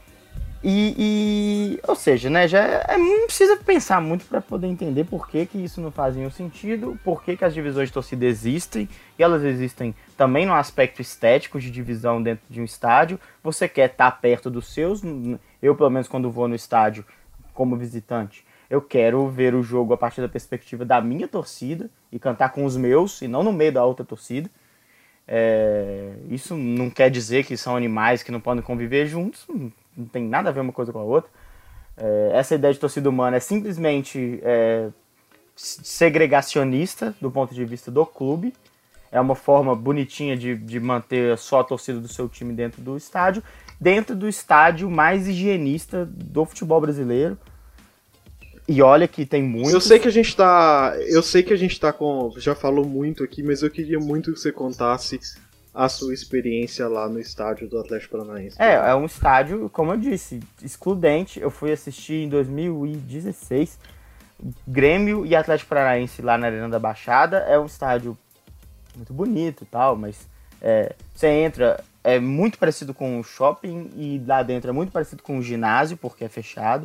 Ou seja, né, não precisa pensar muito para poder entender por que isso não faz nenhum sentido, por que as divisões de torcida existem, e elas existem também no aspecto estético de divisão dentro de um estádio. Você quer estar perto dos seus. Eu, pelo menos, quando vou no estádio como visitante, eu quero ver o jogo a partir da perspectiva da minha torcida e cantar com os meus, e não no meio da outra torcida. Isso não quer dizer que são animais que não podem conviver juntos, não tem nada a ver uma coisa com a outra. Essa ideia de torcida humana é simplesmente segregacionista do ponto de vista do clube. É uma forma bonitinha de manter só a torcida do seu time dentro do estádio mais higienista do futebol brasileiro. E olha que tem muito. Eu sei que a gente tá com. Já falou muito aqui, mas eu queria muito que você contasse a sua experiência lá no estádio do Atlético Paranaense. É um estádio, como eu disse, excludente. Eu fui assistir em 2016 Grêmio e Atlético Paranaense lá na Arena da Baixada. É um estádio muito bonito e tal, mas você entra, é muito parecido com o shopping, e lá dentro é muito parecido com o ginásio, porque é fechado.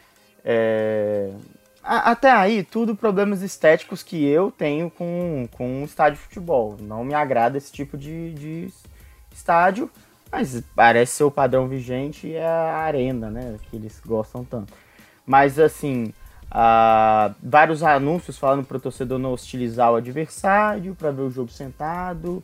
Até aí, tudo problemas estéticos que eu tenho com um estádio de futebol. Não me agrada esse tipo de estádio, mas parece ser o padrão vigente e é a arena, né, que eles gostam tanto. Mas, assim, vários anúncios falando para o torcedor não hostilizar o adversário, para ver o jogo sentado.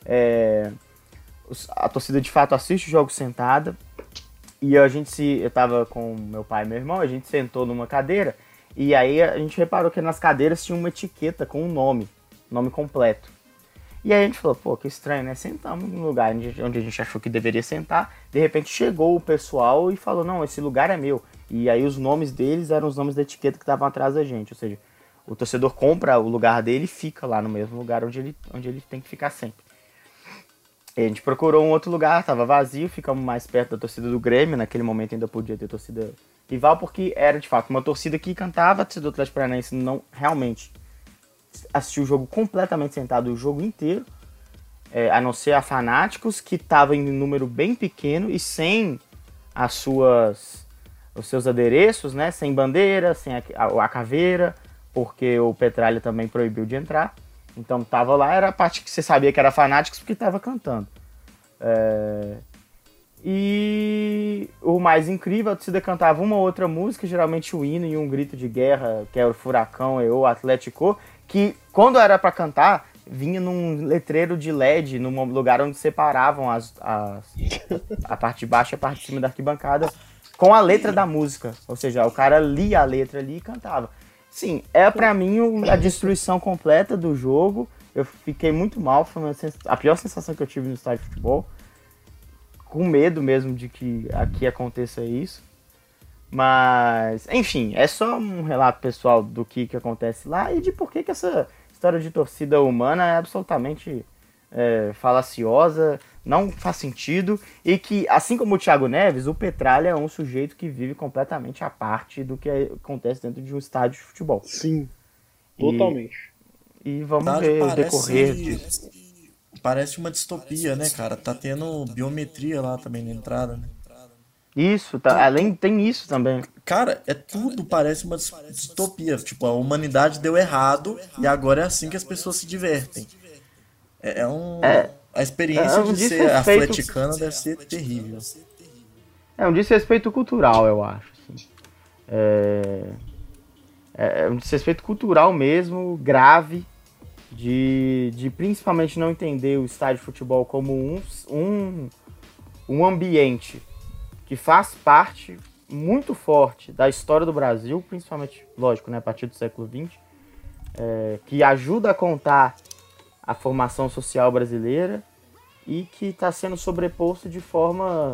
A torcida, de fato, assiste o jogo sentada. E eu tava com meu pai e meu irmão, a gente sentou numa cadeira, e aí a gente reparou que nas cadeiras tinha uma etiqueta com um nome completo. E aí a gente falou, pô, que estranho, né? Sentamos no lugar onde a gente achou que deveria sentar, de repente chegou o pessoal e falou, não, esse lugar é meu. E aí os nomes deles eram os nomes da etiqueta que estavam atrás da gente, ou seja, o torcedor compra o lugar dele e fica lá no mesmo lugar onde ele tem que ficar sempre. A gente procurou um outro lugar, estava vazio, ficamos mais perto da torcida do Grêmio, naquele momento ainda podia ter torcida rival, porque era de fato uma torcida que cantava. A torcida do Atlético Paranaense não realmente assistiu o jogo completamente sentado o jogo inteiro, a não ser a Fanáticos, que estava em número bem pequeno e sem as suas os seus adereços, né? Sem bandeira, sem a caveira, porque o Petralha também proibiu de entrar. Então tava lá, era a parte que você sabia que era fanáticos porque tava cantando. E o mais incrível, a torcida cantava uma ou outra música, geralmente o hino e um grito de guerra, que era o Furacão e o Atlético, que quando era para cantar, vinha num letreiro de LED, num lugar onde separavam a parte de baixo e a parte de cima da arquibancada, com a letra da música. Ou seja, o cara lia a letra ali e cantava. Sim, é pra mim a destruição completa do jogo. Eu fiquei muito mal, foi a pior sensação que eu tive no estádio de futebol. Com medo mesmo de que aqui aconteça isso. Mas, enfim, é só um relato pessoal do que acontece lá e de por que essa história de torcida humana é absolutamente falaciosa, não faz sentido, e que, assim como o Thiago Neves, o Petralha é um sujeito que vive completamente à parte do que acontece dentro de um estádio de futebol. Sim, totalmente. E vamos ver o decorrer disso. Parece uma distopia, né, cara? Tá tendo biometria lá também na entrada, né? Isso, tá, além tem isso também. Cara, tudo parece uma distopia. Tipo, a humanidade deu errado e agora é assim que as pessoas se divertem. A experiência de ser atleticano deve ser terrível. É um desrespeito cultural, eu acho. Assim. É um desrespeito cultural mesmo, grave, de principalmente não entender o estádio de futebol como um ambiente que faz parte muito forte da história do Brasil, principalmente, lógico, né, a partir do século XX, que ajuda a contar a formação social brasileira e que está sendo sobreposto de forma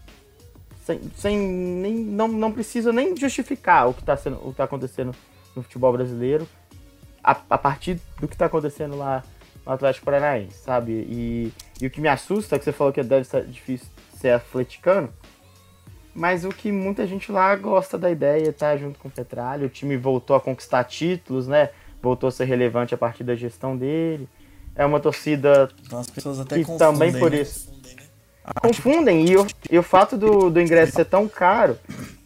não precisa nem justificar o que está acontecendo no futebol brasileiro a partir do que está acontecendo lá no Atlético Paranaense, sabe? E o que me assusta é que você falou que deve ser difícil ser atleticano, mas o que muita gente lá gosta da ideia, tá junto com o Petralha, o time voltou a conquistar títulos, né? Voltou a ser relevante a partir da gestão dele. É uma torcida então, as pessoas até que também por isso confundem, e o fato do ingresso ser tão caro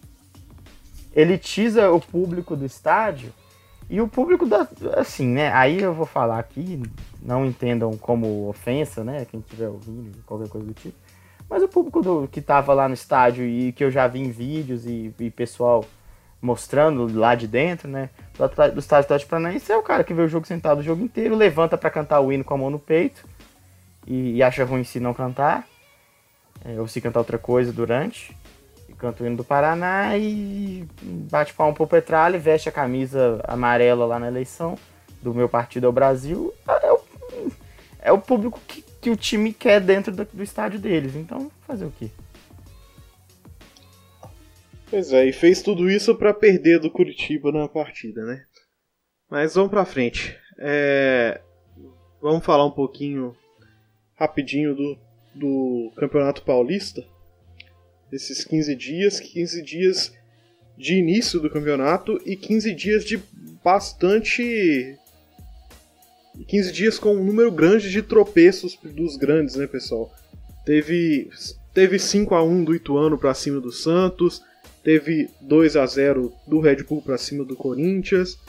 elitiza o público do estádio e o público assim, né? Aí eu vou falar aqui, não entendam como ofensa, né? Quem estiver ouvindo, qualquer coisa do tipo. Mas o público que tava lá no estádio e que eu já vi em vídeos e pessoal mostrando lá de dentro, né? Do estádio Atlético Paranaense é o cara que vê o jogo sentado o jogo inteiro, levanta pra cantar o hino com a mão no peito e acha ruim se não cantar, ou se cantar outra coisa durante, e canta o hino do Paraná e bate palma pro Petralha, veste a camisa amarela lá na eleição do meu partido é o Brasil. É o público que o time quer dentro do estádio deles, então fazer o quê? Pois é, e fez tudo isso pra perder do Curitiba na partida, né? Mas vamos pra frente. Vamos falar um pouquinho rapidinho do Campeonato Paulista. Esses 15 dias de início do campeonato e 15 dias de bastante... 15 dias com um número grande de tropeços dos grandes, né, pessoal? Teve 5-1 do Ituano pra cima do Santos, teve 2-0 do Red Bull pra cima do Corinthians,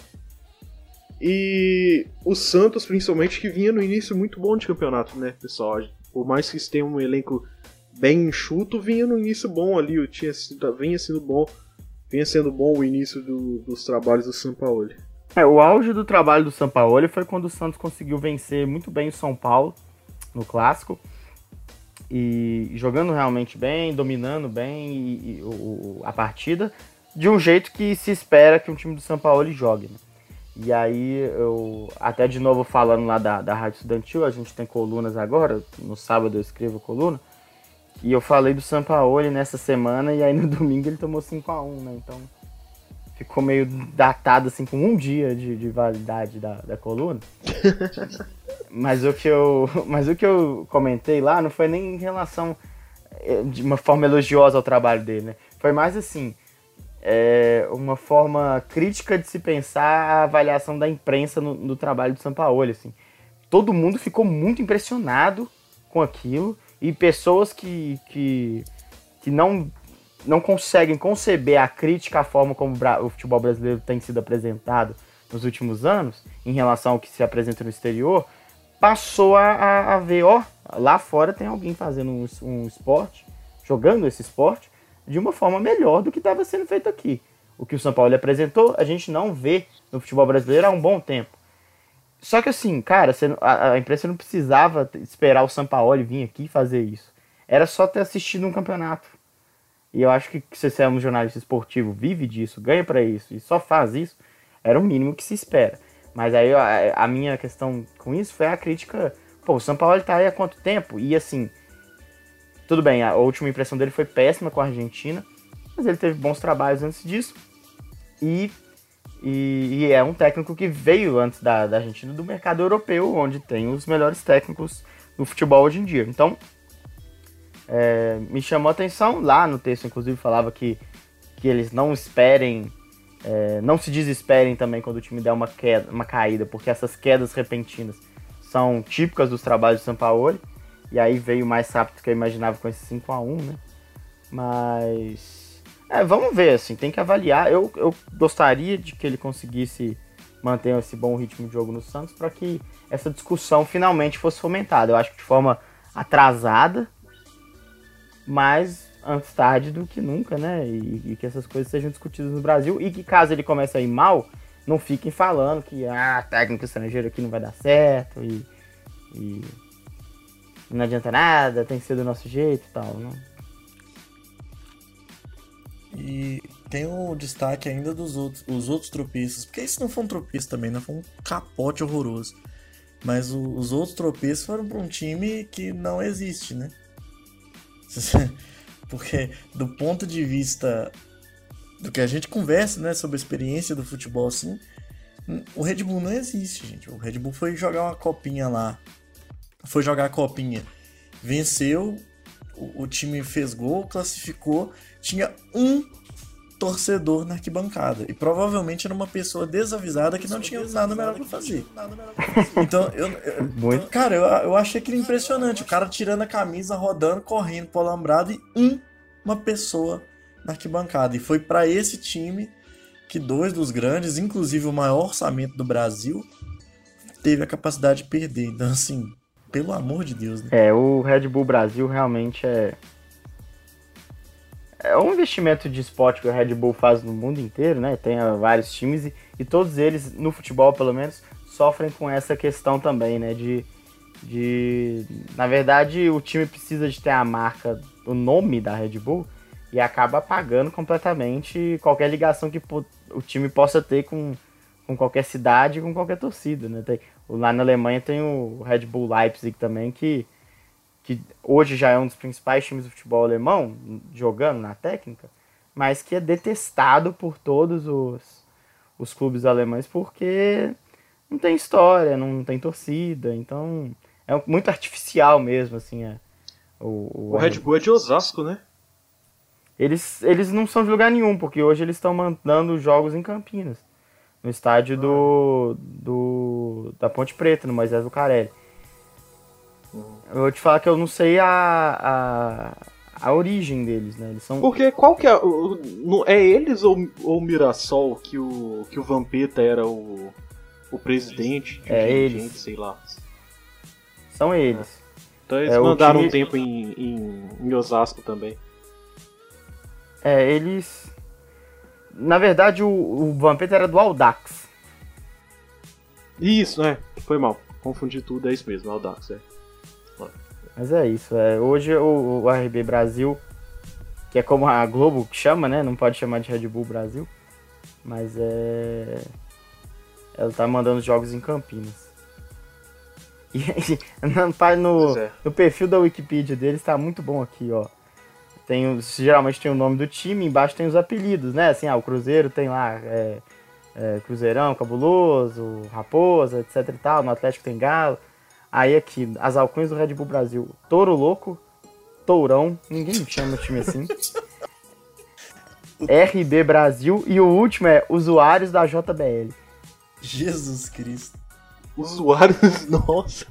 e o Santos, principalmente, que vinha no início muito bom de campeonato, né, pessoal? Por mais que tenha um elenco bem enxuto, vinha no início bom ali, vinha sendo bom o início dos trabalhos do Sampaoli. O auge do trabalho do Sampaoli foi quando o Santos conseguiu vencer muito bem o São Paulo no Clássico, e jogando realmente bem, dominando bem a partida, de um jeito que se espera que um time do Sampaoli jogue, né? E aí, eu até de novo falando lá da Rádio Estudantil, a gente tem colunas agora, no sábado eu escrevo coluna, e eu falei do Sampaoli nessa semana, e aí no domingo ele tomou 5-1, né? Então ficou meio datado assim com um dia de validade da coluna. Mas o que eu comentei lá não foi nem em relação de uma forma elogiosa ao trabalho dele, né? Foi mais assim, uma forma crítica de se pensar a avaliação da imprensa no trabalho do Sampaoli, assim. Todo mundo ficou muito impressionado com aquilo, e pessoas que não não conseguem conceber a crítica à forma como o futebol brasileiro tem sido apresentado nos últimos anos, em relação ao que se apresenta no exterior, passou a ver, lá fora tem alguém fazendo um esporte, jogando esse esporte, de uma forma melhor do que estava sendo feito aqui. O que o São Paulo apresentou, a gente não vê no futebol brasileiro há um bom tempo. Só que assim, cara, a imprensa não precisava esperar o Sampaoli vir aqui fazer isso. Era só ter assistido um campeonato. E eu acho que se você é um jornalista esportivo, vive disso, ganha pra isso, e só faz isso, era o mínimo que se espera. Mas aí a minha questão com isso foi a crítica. Pô, o Sampaoli tá aí há quanto tempo? E assim, tudo bem, a última impressão dele foi péssima com a Argentina, mas ele teve bons trabalhos antes disso. E é um técnico que veio antes da Argentina do mercado europeu, onde tem os melhores técnicos do futebol hoje em dia. Então, me chamou a atenção. Lá no texto, inclusive, falava que eles não esperem, não se desesperem também quando o time der uma caída, porque essas quedas repentinas são típicas dos trabalhos do Sampaoli. E aí veio mais rápido do que eu imaginava com esse 5-1, né? Mas... vamos ver, assim, tem que avaliar. Eu gostaria de que ele conseguisse manter esse bom ritmo de jogo no Santos para que essa discussão finalmente fosse fomentada. Eu acho que de forma atrasada, mas antes tarde do que nunca, né? E que essas coisas sejam discutidas no Brasil e que caso ele comece a ir mal, não fiquem falando que técnico estrangeiro aqui não vai dar certo e não adianta nada, tem que ser do nosso jeito e tal, né? E tem o destaque ainda dos outros tropeços, porque isso não foi um tropeço também, não foi um capote horroroso. Mas os outros tropeços foram para um time que não existe, né? Porque do ponto de vista do que a gente conversa, né, sobre a experiência do futebol, assim, o Red Bull não existe, gente. O Red Bull foi jogar uma copinha lá, foi jogar a copinha, venceu, o time fez gol, classificou, tinha um torcedor na arquibancada. E provavelmente era uma pessoa desavisada que não tinha nada melhor pra fazer. Então, cara, eu achei aquilo impressionante. O cara tirando a camisa, rodando, correndo pro alambrado e uma pessoa na arquibancada. E foi pra esse time que dois dos grandes, inclusive o maior orçamento do Brasil, teve a capacidade de perder. Então, assim, pelo amor de Deus, né? O Red Bull Brasil realmente é um investimento de esporte que o Red Bull faz no mundo inteiro, né? Tem vários times e todos eles, no futebol pelo menos, sofrem com essa questão também, né? Na verdade, o time precisa de ter a marca, o nome da Red Bull e acaba apagando completamente qualquer ligação que o time possa ter com qualquer cidade, com qualquer torcida, né? Lá na Alemanha tem o Red Bull Leipzig também, que hoje já é um dos principais times do futebol alemão, jogando na técnica, mas que é detestado por todos os clubes alemães porque não tem história, não tem torcida, então é muito artificial mesmo, assim. O Red Bull é de Osasco, né? Eles não são de lugar nenhum, porque hoje eles estão mandando jogos em Campinas, no estádio da Ponte Preta, no Moisés Lucarelli. Eu vou te falar que eu não sei a origem deles, né? Eles são... Porque qual que é eles ou o Mirassol que o Vampeta era o presidente? Eles. Sei lá. São eles. Então eles mandaram um tempo em Osasco também. Eles... Na verdade, o Vampeta era do Audax. Isso, foi mal. Confundi tudo, é isso mesmo, Audax, Mas é isso, hoje o RB Brasil, que é como a Globo que chama, né? Não pode chamar de Red Bull Brasil, mas ela tá mandando jogos em Campinas. E no perfil da Wikipedia deles tá muito bom aqui, ó. Geralmente tem o nome do time, embaixo tem os apelidos, né? Assim, o Cruzeiro tem lá Cruzeirão, Cabuloso, Raposa, etc e tal. No Atlético tem Galo. Aí aqui, as alcunhas do Red Bull Brasil: Touro Louco, Tourão, ninguém chama o time assim. RB Brasil e o último é Usuários da JBL. Jesus Cristo. Usuários, nossa.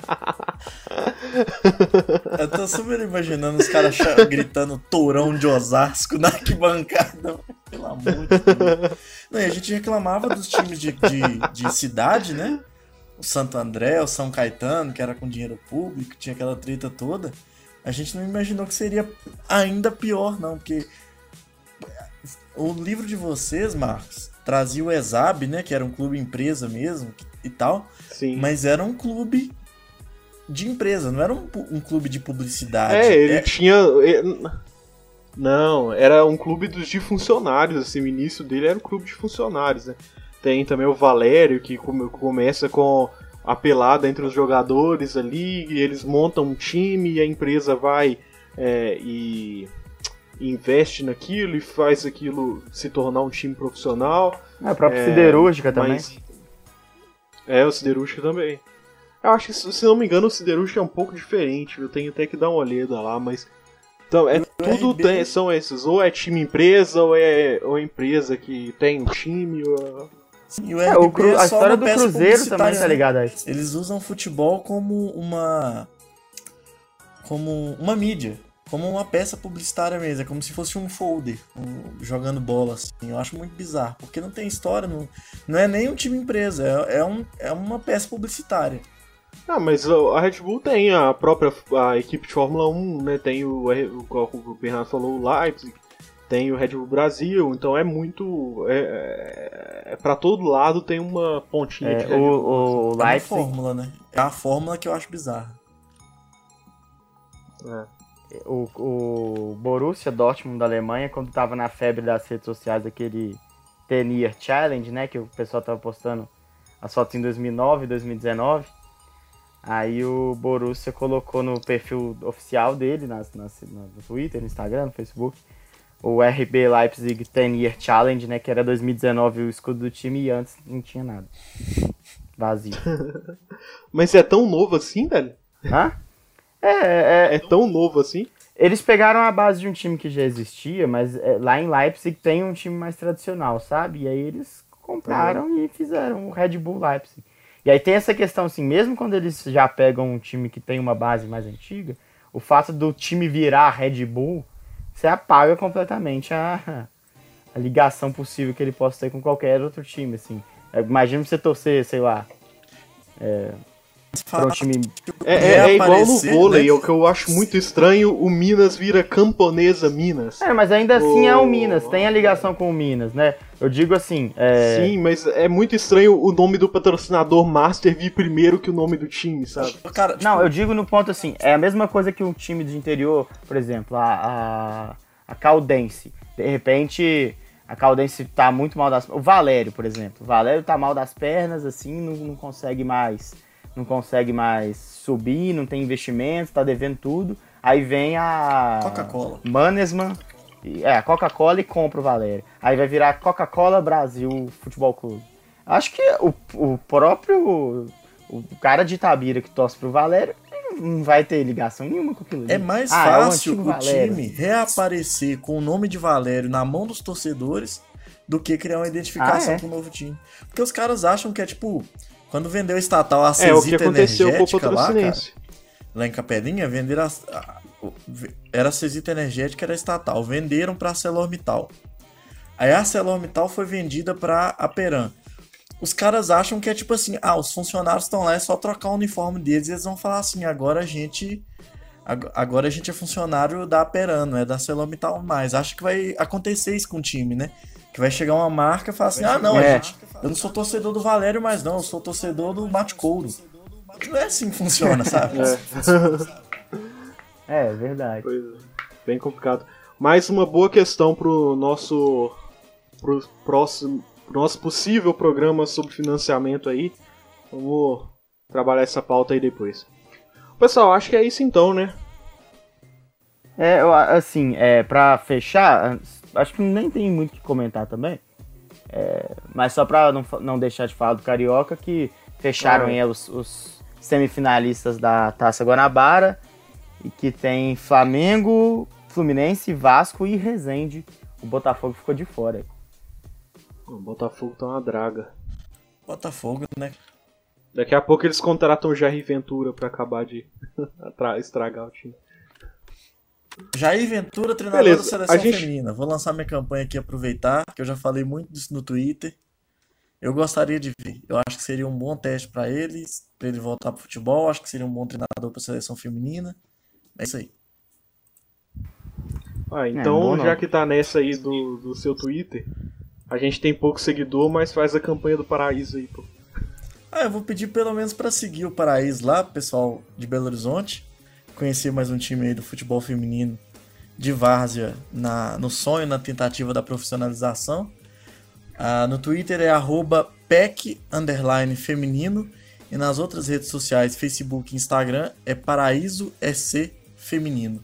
Eu tô super imaginando os caras gritando Tourão de Osasco na arquibancada. Pelo amor de Deus. Não, e a gente reclamava dos times de cidade, né? O Santo André, o São Caetano, que era com dinheiro público, tinha aquela treta toda. A gente não imaginou que seria ainda pior, não, porque o livro de vocês, Marcos, trazia o ESAB, né, que era um clube empresa mesmo e tal. Sim. Mas era um clube de empresa, não era um clube de publicidade. Ele tinha... Não, era um clube de funcionários, assim, o início dele era um clube de funcionários, né? Tem também o Valério, que começa com a pelada entre os jogadores ali, e eles montam um time e a empresa vai e investe naquilo e faz aquilo se tornar um time profissional. A própria Siderúrgica também. O Siderúrgica também. Eu acho que, se não me engano, o Siderúrgica é um pouco diferente, eu tenho até que dar uma olhada lá, mas... Então, são esses, ou é time empresa, ou é empresa que tem um time, ou... Sim, a história do Cruzeiro também tá ligada a isso. Eles usam futebol como uma mídia, como uma peça publicitária mesmo, é como se fosse um folder, jogando bola, assim. Eu acho muito bizarro, porque não tem história, não é nem um time empresa, é uma peça publicitária. Ah, mas a Red Bull tem a própria equipe de Fórmula 1, né? Tem o Bernardo falou, o Leipzig, tem o Red Bull Brasil, então é muito... pra todo lado tem uma pontinha de Red Bull. O Leipzig... É uma fórmula, né? É a fórmula que eu acho bizarra. O Borussia Dortmund da Alemanha, quando tava na febre das redes sociais, aquele 10 Year Challenge, né? Que o pessoal tava postando as fotos em 2009, 2019... Aí o Borussia colocou no perfil oficial dele, no Twitter, no Instagram, no Facebook, o RB Leipzig 10 Year Challenge, né? Que era 2019 o escudo do time e antes não tinha nada. Vazio. Mas é tão novo assim, velho? Hã? É tão novo assim? Eles pegaram a base de um time que já existia, mas lá em Leipzig tem um time mais tradicional, sabe? E aí eles compraram e fizeram o Red Bull Leipzig. E aí tem essa questão, assim, mesmo quando eles já pegam um time que tem uma base mais antiga, o fato do time virar Red Bull, você apaga completamente a ligação possível que ele possa ter com qualquer outro time, assim. Imagina você torcer, sei lá, para um time... É igual no vôlei, né? O que eu acho muito estranho, o Minas vira Camponesa Minas. Mas ainda assim é o Minas, tem a ligação com o Minas, né? Eu digo assim... Sim, mas é muito estranho o nome do patrocinador Master vir primeiro que o nome do time, sabe? Cara, tipo... Não, eu digo no ponto assim, é a mesma coisa que um time de interior, por exemplo, a Caldense. De repente, a Caldense tá muito mal das... O Valério, por exemplo. O Valério tá mal das pernas, assim, não consegue mais subir, não tem investimento, tá devendo tudo. Aí vem a Coca-Cola. Mannesmann, a Coca-Cola e compra o Valério. Aí vai virar Coca-Cola Brasil Futebol Clube. Acho que o próprio o cara de Itabira que torce pro Valério não vai ter ligação nenhuma com aquilo ali. É mais fácil o Valério. time reaparecer com o nome de Valério na mão dos torcedores do que criar uma identificação com o novo time. Porque os caras acham que é tipo... Quando vendeu a estatal a Cesita Energética lá, cara, lá em Capelinha, venderam era a Cesita Energética, era estatal, venderam pra ArcelorMittal. Aí a ArcelorMittal foi vendida pra Aperam. Os caras acham que é tipo assim, os funcionários estão lá, é só trocar o uniforme deles e eles vão falar assim, agora a gente é funcionário da Aperam, não é da ArcelorMittal mais. Acho que vai acontecer isso com o time, né? Que vai chegar uma marca e falar assim, eu não sou torcedor do Valério mais não, eu sou torcedor do Mate Couro. Não é assim que funciona, sabe? É verdade. Pois é, bem complicado. Mais uma boa questão pro nosso possível programa sobre financiamento aí. Vamos trabalhar essa pauta aí depois. Pessoal, acho que é isso então, né? Pra fechar, acho que nem tem muito o que comentar também. Mas só pra não deixar de falar do Carioca, que fecharam aí os semifinalistas da Taça Guanabara, e que tem Flamengo, Fluminense, Vasco e Resende. O Botafogo ficou de fora. O Botafogo tá uma draga. Botafogo, né? Daqui a pouco eles contratam o Jair Ventura pra acabar de estragar o time. Jair Ventura, treinador da seleção feminina. Vou lançar minha campanha aqui, aproveitar, que eu já falei muito disso no Twitter. Eu gostaria de ver. Eu acho que seria um bom teste pra ele voltar pro futebol. Acho que seria um bom treinador pra seleção feminina. É isso aí. Então, já que tá nessa aí do seu Twitter, a gente tem pouco seguidor, mas faz a campanha do Paraíso aí, pô. Eu vou pedir pelo menos pra seguir o Paraíso lá, pessoal de Belo Horizonte. Conhecer mais um time aí do futebol feminino de várzea no sonho, na tentativa da profissionalização. No Twitter é @PEC_feminino e nas outras redes sociais, Facebook e Instagram, é Paraíso SC Feminino.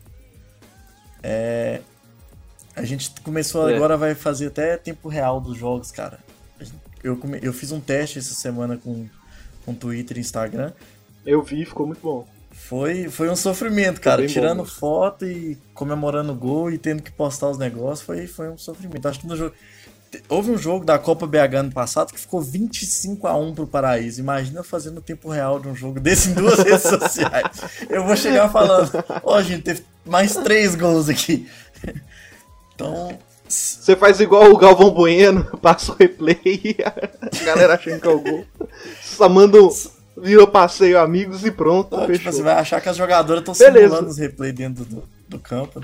A gente começou agora, vai fazer até tempo real dos jogos, cara. Eu fiz um teste essa semana com Twitter e Instagram. Eu vi, ficou muito bom. Foi um sofrimento, cara. Tirando foto e comemorando o gol e tendo que postar os negócios, foi um sofrimento. Acho que no jogo... Houve um jogo da Copa BH ano passado que ficou 25-1 pro Paraíso. Imagina fazendo o tempo real de um jogo desse em 2 redes sociais. Eu vou chegar falando, gente, teve mais 3 gols aqui. Então... Você faz igual o Galvão Bueno, passa o replay e a galera achando que é o gol. Só manda virou passeio amigos e pronto, fechou. Tipo, você vai achar que as jogadoras estão simulando os replays dentro do campo.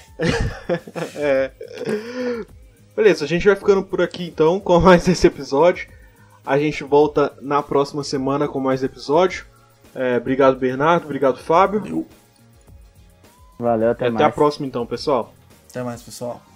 Beleza, a gente vai ficando por aqui então com mais esse episódio. A gente volta na próxima semana com mais episódio. Obrigado, Bernardo. Obrigado, Fábio. Valeu, até mais. Até a próxima então, pessoal. Até mais, pessoal.